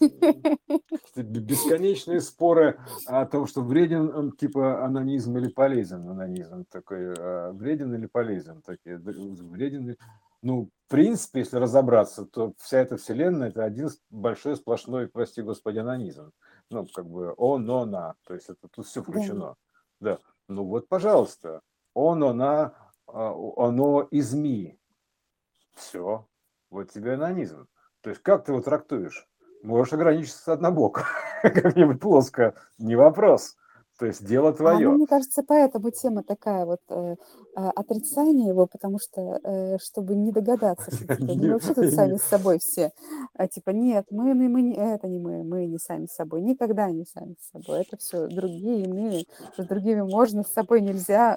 бесконечные споры о том, что вреден типа анонизм или полезен анонизм. Такой, вреден или полезен. Такие, вреден ну, в принципе, если разобраться, то вся эта вселенная это один большой сплошной, прости господи, анонизм. Ну, как бы он, она. То есть это тут все Да, включено. Да. Ну вот, пожалуйста. Он, она, оно, изми. Все. Вот тебе анонизм. То есть как ты его трактуешь? Можешь ограничиться однобоко, как-нибудь плоско, не вопрос. То есть дело Ну, твое. мне кажется, поэтому тема такая вот, отрицание его, потому что, чтобы не догадаться, что типа мы вообще тут сами с собой все. Типа нет, мы не это не мы не сами с собой, никогда не сами с собой. Это все другие, иные, с другими можно, с собой нельзя.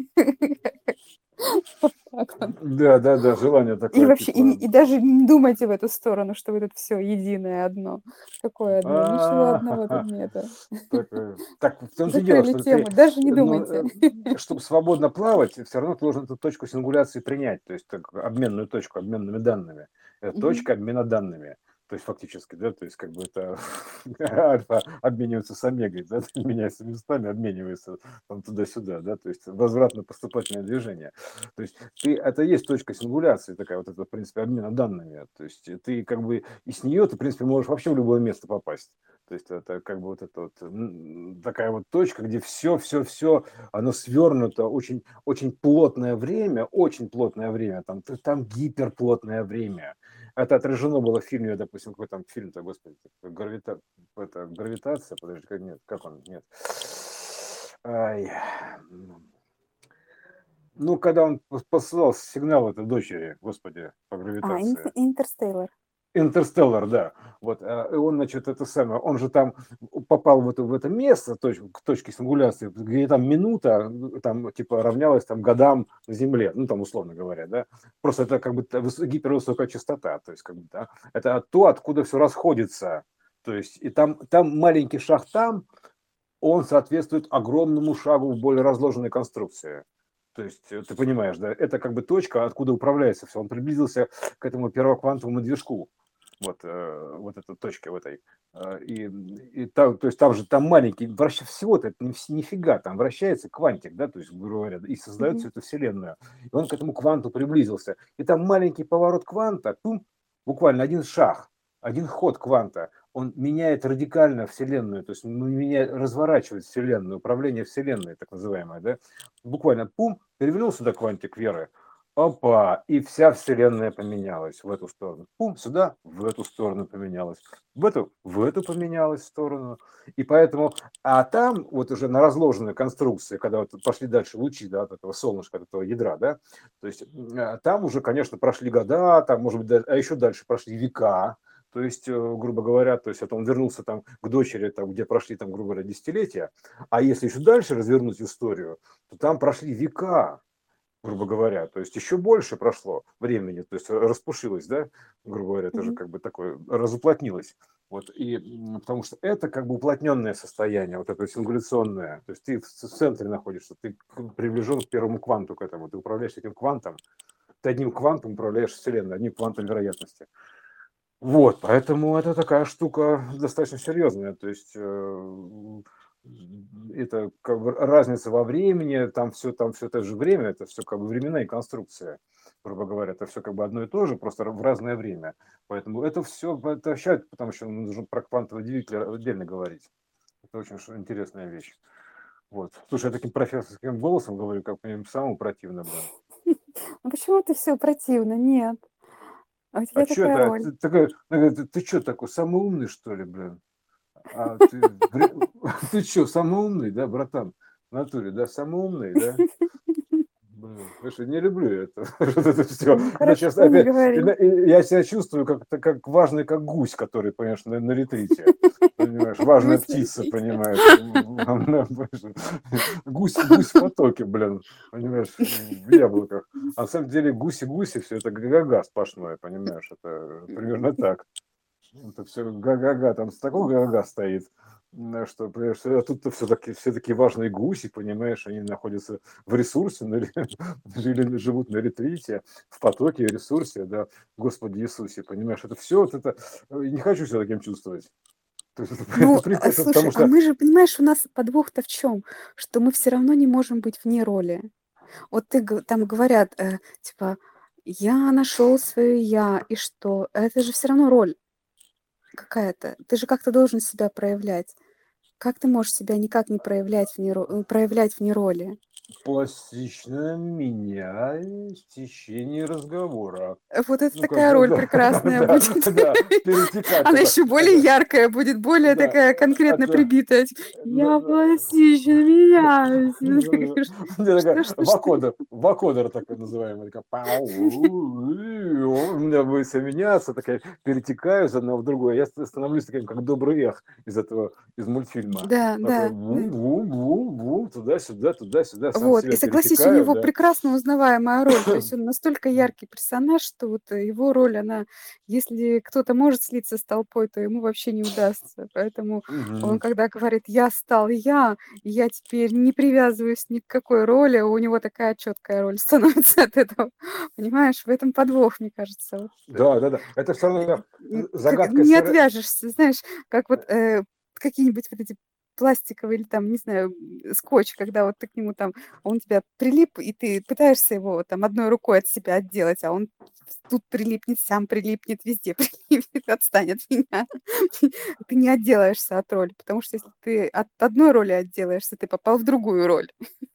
Вот так вот. Да, желание И такое, вообще, типа... и даже не думайте в эту сторону, что вы тут все единое одно. Какое одно? Ничего одного тут нету. Так в том-то и дело, Закрыли что ты, тему, даже не думайте. чтобы свободно плавать, все равно ты должен эту точку сингуляции принять, то есть обменную точку, обменными данными. Это Мгм. точка обмена данными. То есть фактически, да, то есть как бы это альфа обменивается с омегой, да, меняются местами, обменивается там туда-сюда, да, то есть возвратно-поступательное движение. То есть это есть точка сингуляции такая, вот это, в принципе, обмена данными. То есть ты как бы и с нее ты, в принципе, можешь вообще в любое место попасть. То есть это как бы вот это вот такая вот точка, где все, оно свернуто, очень, очень плотное время, там гиперплотное время. Это отражено было в фильме, допустим, какой там фильм-то, господи, гравитация, подожди, нет, как он, нет. Ай. Ну, когда он посылал сигнал этой дочери, господи, по гравитации. Интерстеллар. Интерстеллар, да. Вот, и он, значит, это самое, он же там попал в это место, к точке сингуляции, где там минута, там, типа, равнялась там годам на Земле, ну, там, условно говоря, да. Просто это как бы гипервысокая частота, то есть, как бы, да, это то, откуда все расходится. То есть, и там маленький шаг там, он соответствует огромному шагу в более разложенной конструкции. То есть, ты понимаешь, да, это как бы точка, откуда управляется все. Он приблизился к этому первоквантовому движку. Вот эта точка в этой. И там, то есть там же там маленький, всего-то это нифига, там вращается квантик, да, то есть, грубо говоря, и создает Мгм. всю эту вселенную. И он к этому кванту приблизился. И там маленький поворот кванта, пум, буквально один шаг, один ход кванта, он меняет радикально Вселенную, то есть разворачивает Вселенную, управление Вселенной, так называемое, да, буквально пум, перевернулся до квантик веры, опа, и вся Вселенная поменялась в эту сторону. Пум, сюда, в эту сторону поменялась. В эту поменялась сторону. И поэтому, а там вот уже на разложенной конструкции, когда вот пошли дальше лучи, да, от этого солнышка, от этого ядра, да, то есть там уже, конечно, прошли года, там, может быть, а еще дальше прошли века, то есть, грубо говоря, то есть это он вернулся там к дочери, там, где прошли, там, грубо говоря, десятилетия, а если еще дальше развернуть историю, то там прошли века, грубо говоря, то есть еще больше прошло времени, то есть распушилось, да, грубо говоря, тоже Мгм. как бы такое, разуплотнилось. Вот, и потому что это как бы уплотненное состояние, вот это сингуляционное, то есть ты в центре находишься, ты приближен к первому кванту, к этому, ты управляешь этим квантом, ты одним квантом управляешь Вселенной, одним квантом вероятности. Вот, поэтому это такая штука достаточно серьезная. То есть это как бы разница во времени, там все это же время, это все как бы временная конструкция, грубо говоря, это все как бы одно и то же, просто в разное время. Поэтому это все отвечает, потому что нужно про квантовый двигатель отдельно говорить. Это очень интересная вещь. Вот. Слушай, я таким профессорским голосом говорю, как мне самому противно, блин. Ну почему ты все противно? Нет. А у А тебя что такая это? роль. Ты что такой, самый умный, что ли, блин? А ты, ты что, самый умный, да, братан? В натуре, да, самый умный, да? Блин, слушай, не люблю это. Вот это все. Ну Это хорошо, сейчас не опять. говори. Я себя чувствую как важный, как гусь, который, понимаешь, на ретрите. Понимаешь, важная Гусь на птица, ретрите. понимаешь. Гусь в потоке, блин. Понимаешь, в яблоках. А на самом деле гуси-гуси, все это га-га сплошное, понимаешь. Это примерно так. Это все га-га-га, там с такого га-га стоит, что, понимаешь, а тут-то все такие важные гуси, понимаешь, они находятся в ресурсе, или живут на ретрите, в потоке, ресурсе, да, Господи Иисусе, понимаешь, это все, вот это, не хочу себя таким чувствовать. То есть это Ну, приходится, слушай, потому а что, мы же, понимаешь, у нас подвох-то в чем? Что мы все равно не можем быть вне роли. Вот там говорят, типа, я нашел свое я, и что? Это же все равно роль какая-то. Ты же как-то должен себя проявлять. Как ты можешь себя никак не проявлять проявлять вне роли? пластично меняясь в течение разговора. Вот это Ну, как такая бы, роль да, прекрасная да, будет. да, перетекать. Она еще более Это, яркая будет, более да, такая конкретно это, прибитая. да, Я да. пластично меняюсь. Где такая Что? вокодер такой называемый, такая, пау, у меня будет все меняться, такая, перетекаю из одного в другое, я становлюсь таким, как добрый эх из мультфильма. Да, Такой, да, да. туда-сюда, туда-сюда, сам Вот, и себя согласись, у перетекаю, него да. прекрасно узнаваемая роль. То есть он настолько яркий персонаж, что вот его роль, она, если кто-то может слиться с толпой, то ему вообще не удастся. Поэтому он, Мгм. когда говорит: "Я стал я, и я теперь не привязываюсь ни к какой роли", у него такая четкая роль становится от этого. Понимаешь, в этом подвох, мне кажется. Вот, Да, да, да. Это все равно как загадка не серой. отвяжешься, знаешь, как вот, какие-нибудь вот эти пластиковые или там, не знаю, скотч, когда вот ты к нему там он тебя прилип, и ты пытаешься его там одной рукой от себя отделать, а он тут прилипнет, сям прилипнет, везде прилипнет, отстань от меня. Ты не отделаешься от роли, потому что если ты от одной роли отделаешься, ты попал в другую роль.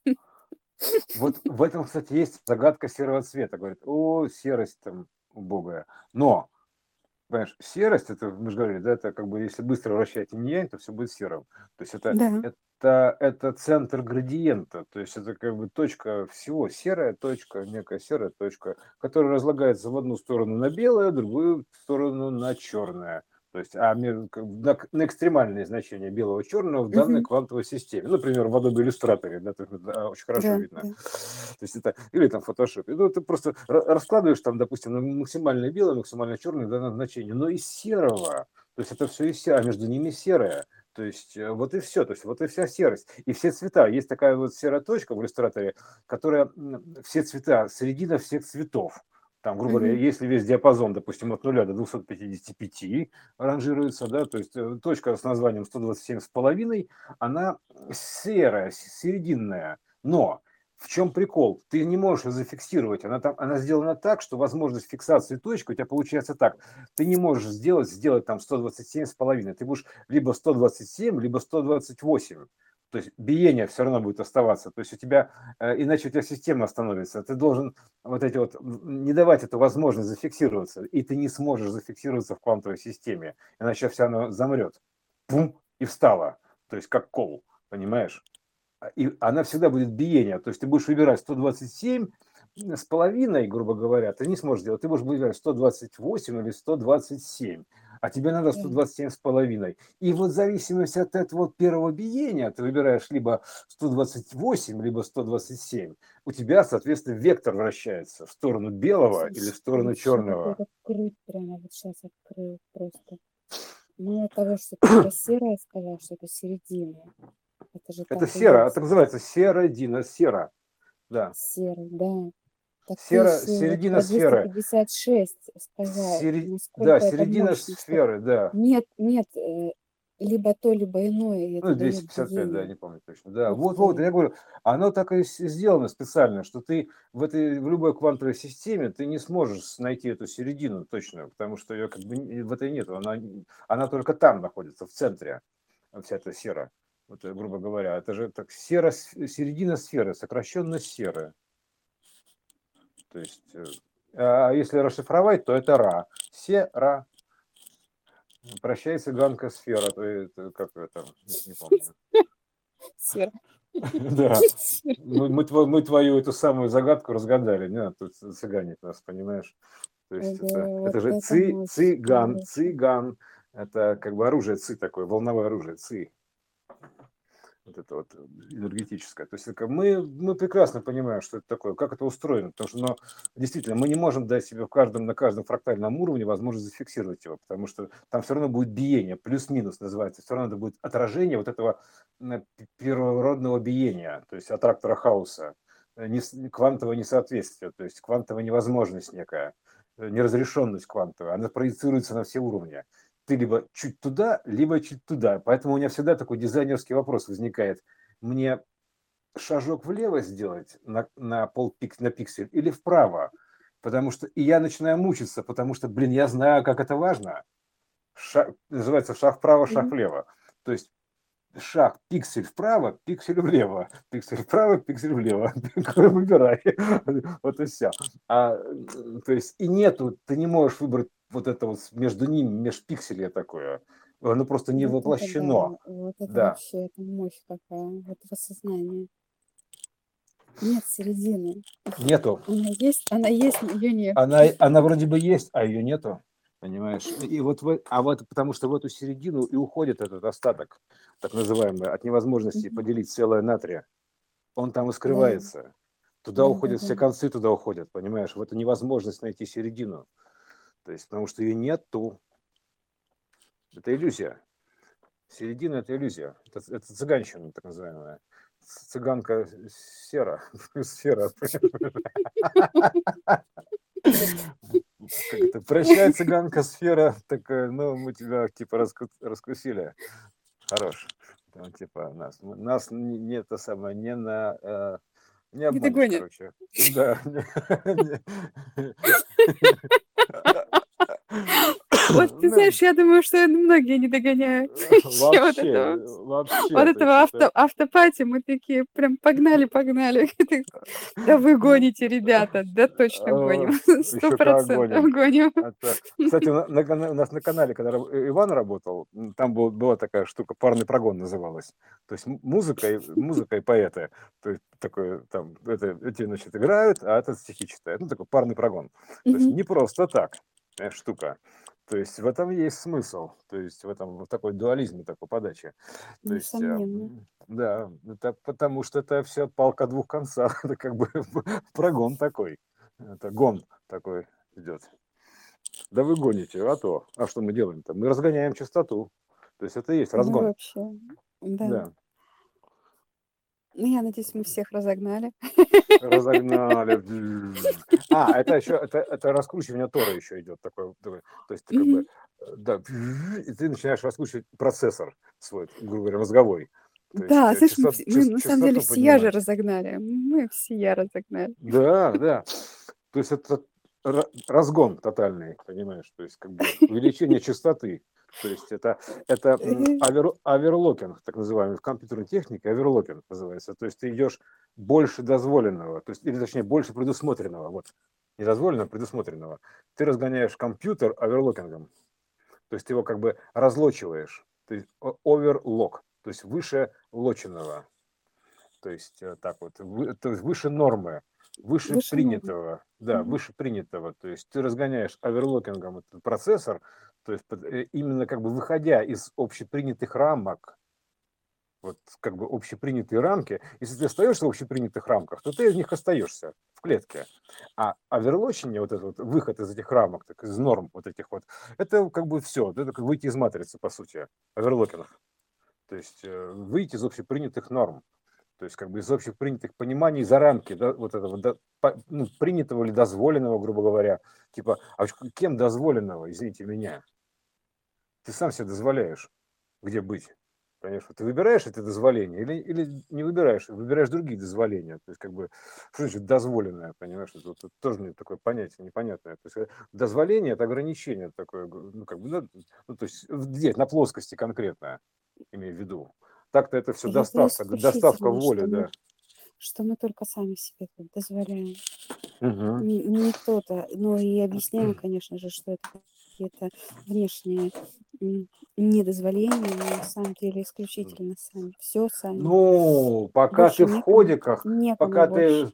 Вот в этом, кстати, есть загадка серого цвета. Говорит, о, серость там убогая. Но, понимаешь, серость, это мы же говорили, да, это как бы если быстро вращать инь-янь, то все будет серым. То есть Да. это центр градиента, то есть это как бы точка всего, серая точка, некая серая точка, которая разлагается в одну сторону на белое, в другую сторону на черное. То есть, на экстремальные значения белого и черного в данной Мгм. квантовой системе. Ну, например, в Adobe Illustrator, да, очень хорошо Да, видно. да. То есть это, или там в Photoshop. Ну, ты просто раскладываешь там, допустим, на максимально белое, максимально черное в данном значении, но из серого. То есть это все из серого, а между ними серое. То есть вот и все, то есть вот и вся серость. И все цвета. Есть такая вот серая точка в иллюстраторе, которая все цвета, середина всех цветов. Там, грубо говоря, Мгм. если весь диапазон, допустим, от 0 до 255 ранжируется, да, то есть точка с названием 127,5, она серая, серединная. Но в чем прикол? Ты не можешь ее зафиксировать. Она сделана так, что возможность фиксации точки у тебя получается так. Ты не можешь сделать там 127,5. Ты будешь либо 127, либо 128. То есть биение все равно будет оставаться. То есть иначе у тебя система остановится. Ты должен не давать эту возможность зафиксироваться. И ты не сможешь зафиксироваться в квантовой системе. Иначе вся она замрет. Пум, и встала. То есть как кол, понимаешь? И она всегда будет биение. То есть ты будешь выбирать 127,5, грубо говоря, ты не сможешь делать. Ты будешь выбирать 128 или 127, а тебе надо Да. 127,5. И вот в зависимости от этого первого биения ты выбираешь либо 128, либо 127. У тебя, соответственно, вектор вращается в сторону белого или в Слушай, ты сторону вообще черного. какой-то крут прямо вот сейчас открыл просто. Мало того, что ты про серое сказал, что это середина. Это же Это так и сера, это есть. называется серодина, сера. Да. Серый, да. Так ты еще вот Середина про сферы. 256 сказал, Да, насколько это середина мощно, что сферы, да. нет, нет, либо то, либо иное, и Ну, это дает 255, да, биение. не помню точно. Да, Ух вот, ты. я говорю, оно так и сделано специально, что ты в любой квантовой системе ты не сможешь найти эту середину точную, потому что ее как бы в этой нет, она только там находится, в центре, вся эта сера. Вот, грубо говоря, это же так середина сферы, сокращенно серы. То есть, а если расшифровать, то это ра. Сера. Прощай, цыганка сфера, то это, как это, не помню. Серый. Да. Мы твою эту самую загадку разгадали, не надо тут цыганить нас, понимаешь? То есть Ого, вот это же это мощь хорошая. цыган, это как бы оружие ци такое, волновое оружие ци. Вот это вот энергетическое. То есть мы прекрасно понимаем, что это такое, как это устроено, потому что действительно мы не можем дать себе на каждом фрактальном уровне возможность зафиксировать его, потому что там все равно будет биение, плюс-минус называется, все равно это будет отражение вот этого первородного биения, то есть аттрактора хаоса, квантового несоответствия, то есть квантовая невозможность некая, неразрешенность квантовая, она проецируется на все уровни. Ты либо чуть туда, либо чуть туда. Поэтому у меня всегда такой дизайнерский вопрос возникает. Мне шажок влево сделать на пиксель или вправо? Потому что и я начинаю мучиться, потому что, я знаю, как это важно. Называется шаг вправо, шаг Мгм. влево. То есть шаг, пиксель вправо, пиксель влево, пиксель вправо, пиксель влево. Выбирай. Вот и все. То есть и нету, ты не можешь выбрать вот это вот между ними, межпикселье такое. Оно просто не Вот это воплощено. да, вот это Да. вообще, это мощь какая, вот в осознании. Нет середины. Нету. Она есть, но ее нет. Она вроде бы есть, а ее нету. Понимаешь? И вот, потому что в эту середину и уходит этот остаток, так называемый, от невозможности Мгм. поделить целое на три. Он там и Да, скрывается. Туда да, да, уходят да. все концы, туда уходят, понимаешь? В эту невозможность найти середину. То есть, потому что ее нету. Это иллюзия. Середина – это иллюзия. Это цыганщина, так называемая. Цыганка сфера. Сфера. Как это? Прощай, цыганка, сфера. Такая, ну, мы тебя типа раскусили. Хорош. Там, типа нас не это самое, не Не обманешь, догонит. короче. Да. Вот ты знаешь, я думаю, что многие не догоняют вообще вот Вообще, этого. Вот вообще, то есть этого это... автопати мы такие прям погнали. Да вы гоните, ребята, да точно гоним, Еще как 100% гоним. гоним. Кстати, у нас на канале, когда Иван работал, там была такая штука, парный прогон называлась. То есть музыка и поэты. То есть такое там, эти, значит, играют, а этот стихи читает. Ну, такой парный прогон. То есть Мгм. не просто так штука. То есть в этом есть смысл. То есть в этом в такой дуализме, такой подачи. То есть, Несомненно. да, это потому что это все палка о двух концах. Это как бы прогон такой. Это гон такой идет. Да вы гоните, а то. А что мы делаем-то? Мы разгоняем частоту. То есть это и есть Мы разгон. вообще, да. Да. Ну, я надеюсь, мы всех разогнали. Разогнали. Это еще, это раскручивание тора еще идет такое. То есть ты как бы, Мгм. да, и ты начинаешь раскручивать процессор свой, грубо говоря, мозговой. То есть Да, слышь, мы на самом деле частоту всея же поднимать. разогнали. Мы всея разогнали. Да, да. То есть это разгон тотальный, понимаешь? То есть как бы увеличение частоты. То есть это оверлокинг, так называемый в компьютерной технике, оверлокинг называется. То есть ты идешь больше дозволенного, то есть, или точнее больше предусмотренного. Вот. Не дозволенного, а предусмотренного. Ты разгоняешь компьютер оверлокингом. То есть ты его как бы разлочиваешь. То есть оверлок, то есть выше лоченного. То есть так вот, то есть выше нормы, выше Выше нормы. принятого, да, Мгм. выше принятого. То есть ты разгоняешь оверлокингом этот процессор, то есть именно как бы выходя из общепринятых рамок, вот как бы общепринятые рамки, если ты остаешься в общепринятых рамках, то ты из них остаешься в клетке. А оверлочение, вот этот вот выход из этих рамок, так, из норм вот этих вот, это как бы все, это как выйти из матрицы, по сути, оверлокинг. То есть выйти из общепринятых норм. То есть как бы из общепринятых пониманий за рамки, да, вот этого принятого или дозволенного, грубо говоря. Типа, а кем дозволенного, извините меня? Ты сам себе дозволяешь, где быть. Конечно, ты выбираешь это дозволение или не выбираешь, выбираешь другие дозволения. То есть, как бы, что значит дозволенное, понимаешь? Это тоже мне такое понятие непонятное. То есть, дозволение – это ограничение такое, ну, как бы, то есть, где? На плоскости конкретно, имею в виду. Так-то это все И это доставка исключительно, воли, да. что мы только сами себе тут дозволяем. Угу. Не кто-то. Ну и объясняем, конечно же, что это какие-то внешние недозволения, но на самом деле исключительно сами. Все сами. Ну, пока Больше ты в некому. ходиках, Некому больше.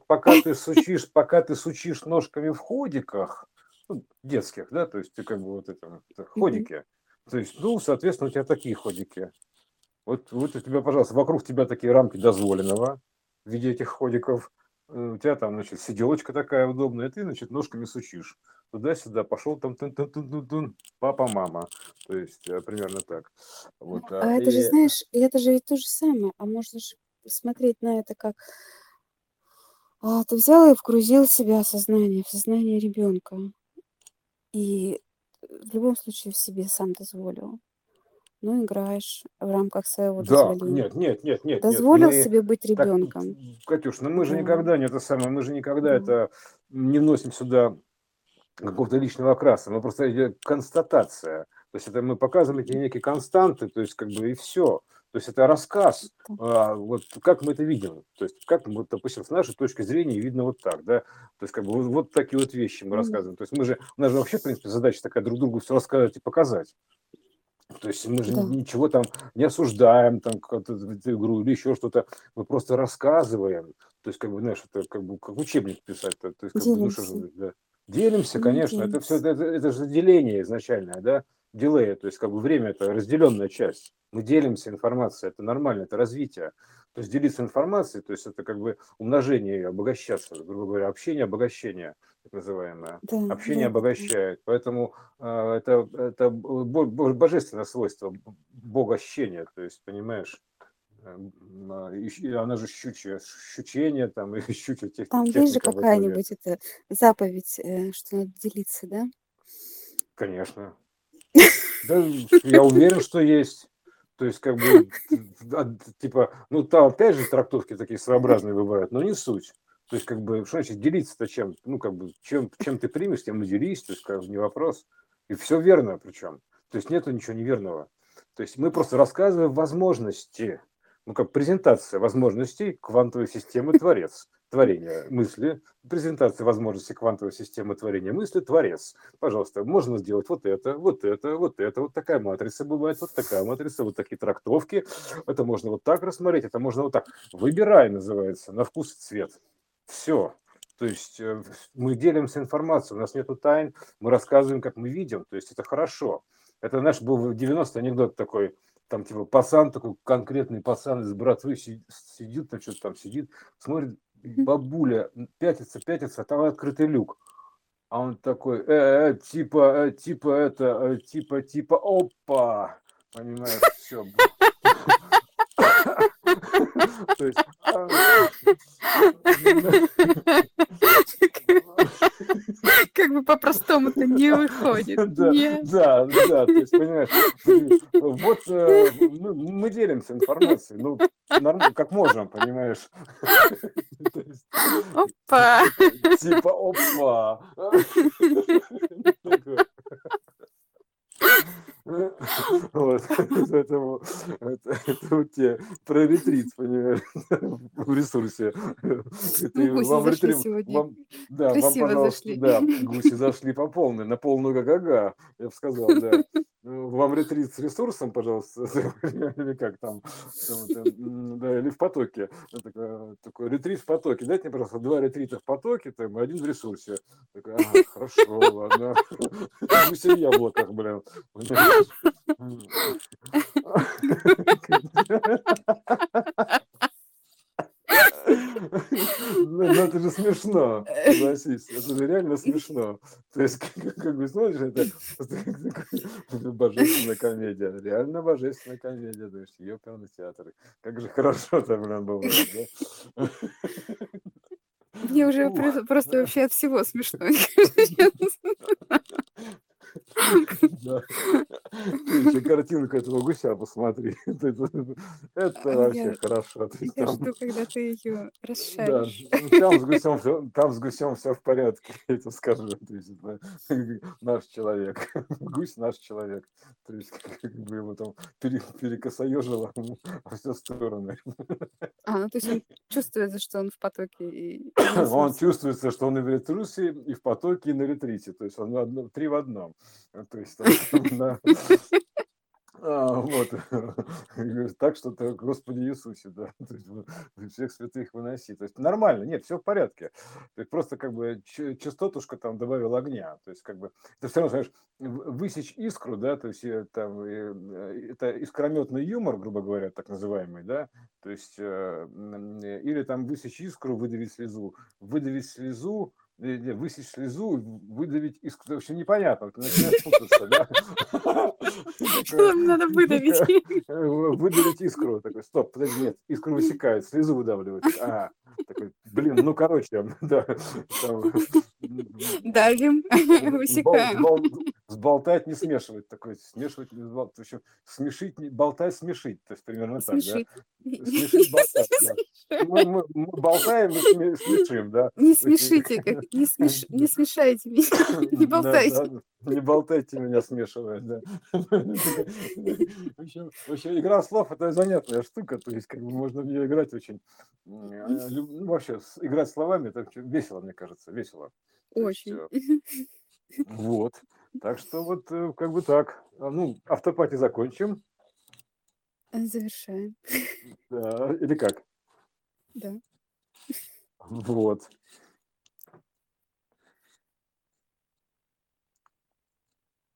пока ты сучишь ножками в ходиках, ну, детских, да, то есть ты как бы вот это Мгм. ходики. То есть, ну, соответственно, у тебя такие ходики. Вот у тебя, пожалуйста, вокруг тебя такие рамки дозволенного в виде этих ходиков. У тебя там, значит, сиделочка такая удобная, и ты, значит, ножками сучишь. Туда-сюда пошел там тун-тун-тун-тун-тун, папа, мама. То есть примерно так. Вот, А это же, знаешь, это же ведь то же самое. А можно же посмотреть на это как... ты взял и вгрузил себя в сознание ребенка. И в любом случае в себе сам дозволил. Ну, играешь в рамках своего да, дозволения. нет. Дозволил Мы себе быть так, ребенком. Катюш, ну мы же Да, никогда не это самое, мы же никогда да. это не вносим сюда какого-то личного окраса. Мы просто идет констатация. То есть это мы показываем эти некие константы, то есть как бы и все. То есть это рассказ, Да. вот как мы это видим. То есть как, вот, допустим, с нашей точки зрения видно вот так, да. То есть как бы вот такие вот вещи мы Ну да. рассказываем. То есть у нас же вообще, в принципе, задача такая друг другу все рассказать и показать. То есть мы же Да. ничего там не осуждаем, там, эту игру или еще что-то. Мы просто рассказываем. То есть, как бы, знаешь, это как бы как учебник писать. То есть, как бы, ну что же, Делимся. да. Делимся, Мы конечно. Это все, делимся. это же деление изначальное, да. Дилей, то есть, как бы время это разделенная часть. Мы делимся информацией, это нормально, это развитие. То есть делиться информацией, то есть это как бы умножение ее, обогащаться, грубо говоря, общение, обогащение, так называемое. Да, Общение да-да-да. обогащает. Поэтому это божественное свойство богощения, то есть, понимаешь, она же щучье, щучение там, и щучья Там есть же техника в итоге. какая-нибудь эта заповедь, что надо делиться, да? Конечно. Да, я уверен, что есть. То есть, как бы, типа, ну, там, опять же, трактовки такие своеобразные бывают, но не суть. То есть, как бы, что значит делиться-то чем? Ну, как бы, чем ты примешь, тем и делись, то есть, как бы, не вопрос. И все верно причем. То есть, нету ничего неверного. То есть, мы просто рассказываем возможности. Ну, как презентация возможностей квантовой системы Творец. Творение мысли, презентация возможностей квантовой системы творения мысли, Творец. Пожалуйста, можно сделать вот это, вот это, вот это, вот такая матрица бывает, вот такая матрица, вот такие трактовки. Это можно вот так рассмотреть, это можно вот так. Выбирай, называется, на вкус и цвет. Все. То есть мы делимся информацией, у нас нету тайн, мы рассказываем, как мы видим, то есть это хорошо. Это наш был в 90-е анекдот такой, там типа пацан, такой конкретный пацан из братвы сидит, там что-то там сидит, смотрит, Мгм. бабуля пятится, а там открытый люк. А он такой, типа, опа, понимаешь, все. То есть, Как бы по-простому-то не выходит. да, Нет. да, то есть, понимаешь, вот мы делимся информацией, ну, как можем, понимаешь. То есть, Опа! типа, опа. Такой. Вот, поэтому это вот тебе про ретрит, понимаешь, в ресурсе. Это Ну, гуси вам зашли ретрит, сегодня. вам, да, вам, Красиво пожалуйста, зашли. да, гуси зашли по полной, на полную га-га-га, я бы сказал, да. Вам ретрит с ресурсом, пожалуйста, или как там, да, или в потоке. Такой ретрит в потоке. Дайте мне, пожалуйста, 2 ретрита в потоке, там, и 1 в ресурсе. Такой, ага, хорошо, ладно. Гуси в яблоках, блин. Понимаешь? Ну, это же смешно, согласись, это же реально смешно. То есть, как бы смотришь, это божественная комедия, реально божественная комедия, то есть ёперный театр. Как же хорошо-то, блин, бывает, да? Мне уже Ух. просто вообще от всего смешно, если честно. Да. Ты еще картинку этого гуся посмотри. Это А вообще я хорошо. То есть я там, жду, когда ты ее да, расшаришь. там с гусем все в порядке, я тебе скажу. То есть это наш человек. Гусь наш человек. То есть как бы его там перекосоежило во все стороны. Ну то есть он чувствует, что он в потоке и в Он ресурсе. чувствуется, что он и в ресурсе, и в потоке, и на ретрите. То есть он 3 в одном. То есть там, вот. Так что ты, Господи Иисусе, да, то есть всех святых выноси. То есть нормально, нет, все в порядке. То есть просто как бы частотушка там добавил огня. То есть как бы ты все равно, знаешь, высечь искру, да, то есть там это искрометный юмор, грубо говоря, так называемый, да, то есть или там высечь искру, выдавить слезу, высечь слезу, выдавить искру. В общем, непонятно, ты начинаешь путаться, да. Что нам надо выдавить? Выдавить искру. Такой, стоп, подожди, нет, искру высекает, слезу выдавливает. Ага. Такой, блин, ну, короче, да, там, Давим, Сбол- высекаем. сбол- Сболтать, не смешивать. Такой, смешивать, не сболтать. В общем, смешить, болтать, смешить. То есть примерно так, да? Смешит. Смешить, болтать, да. Мы болтаем и смешим, да. Не Очень. смешите, не смешайте меня, не Да, да, болтайте. не болтайте меня, смешивая, да. В общем, игра слов – это занятная штука, то есть как бы можно в нее играть очень, ну, вообще играть словами – это очень весело, мне кажется, весело. То есть Очень. вот, так что вот как бы так. Ну, автопати закончим, Завершаем. да, или как? Да. Вот.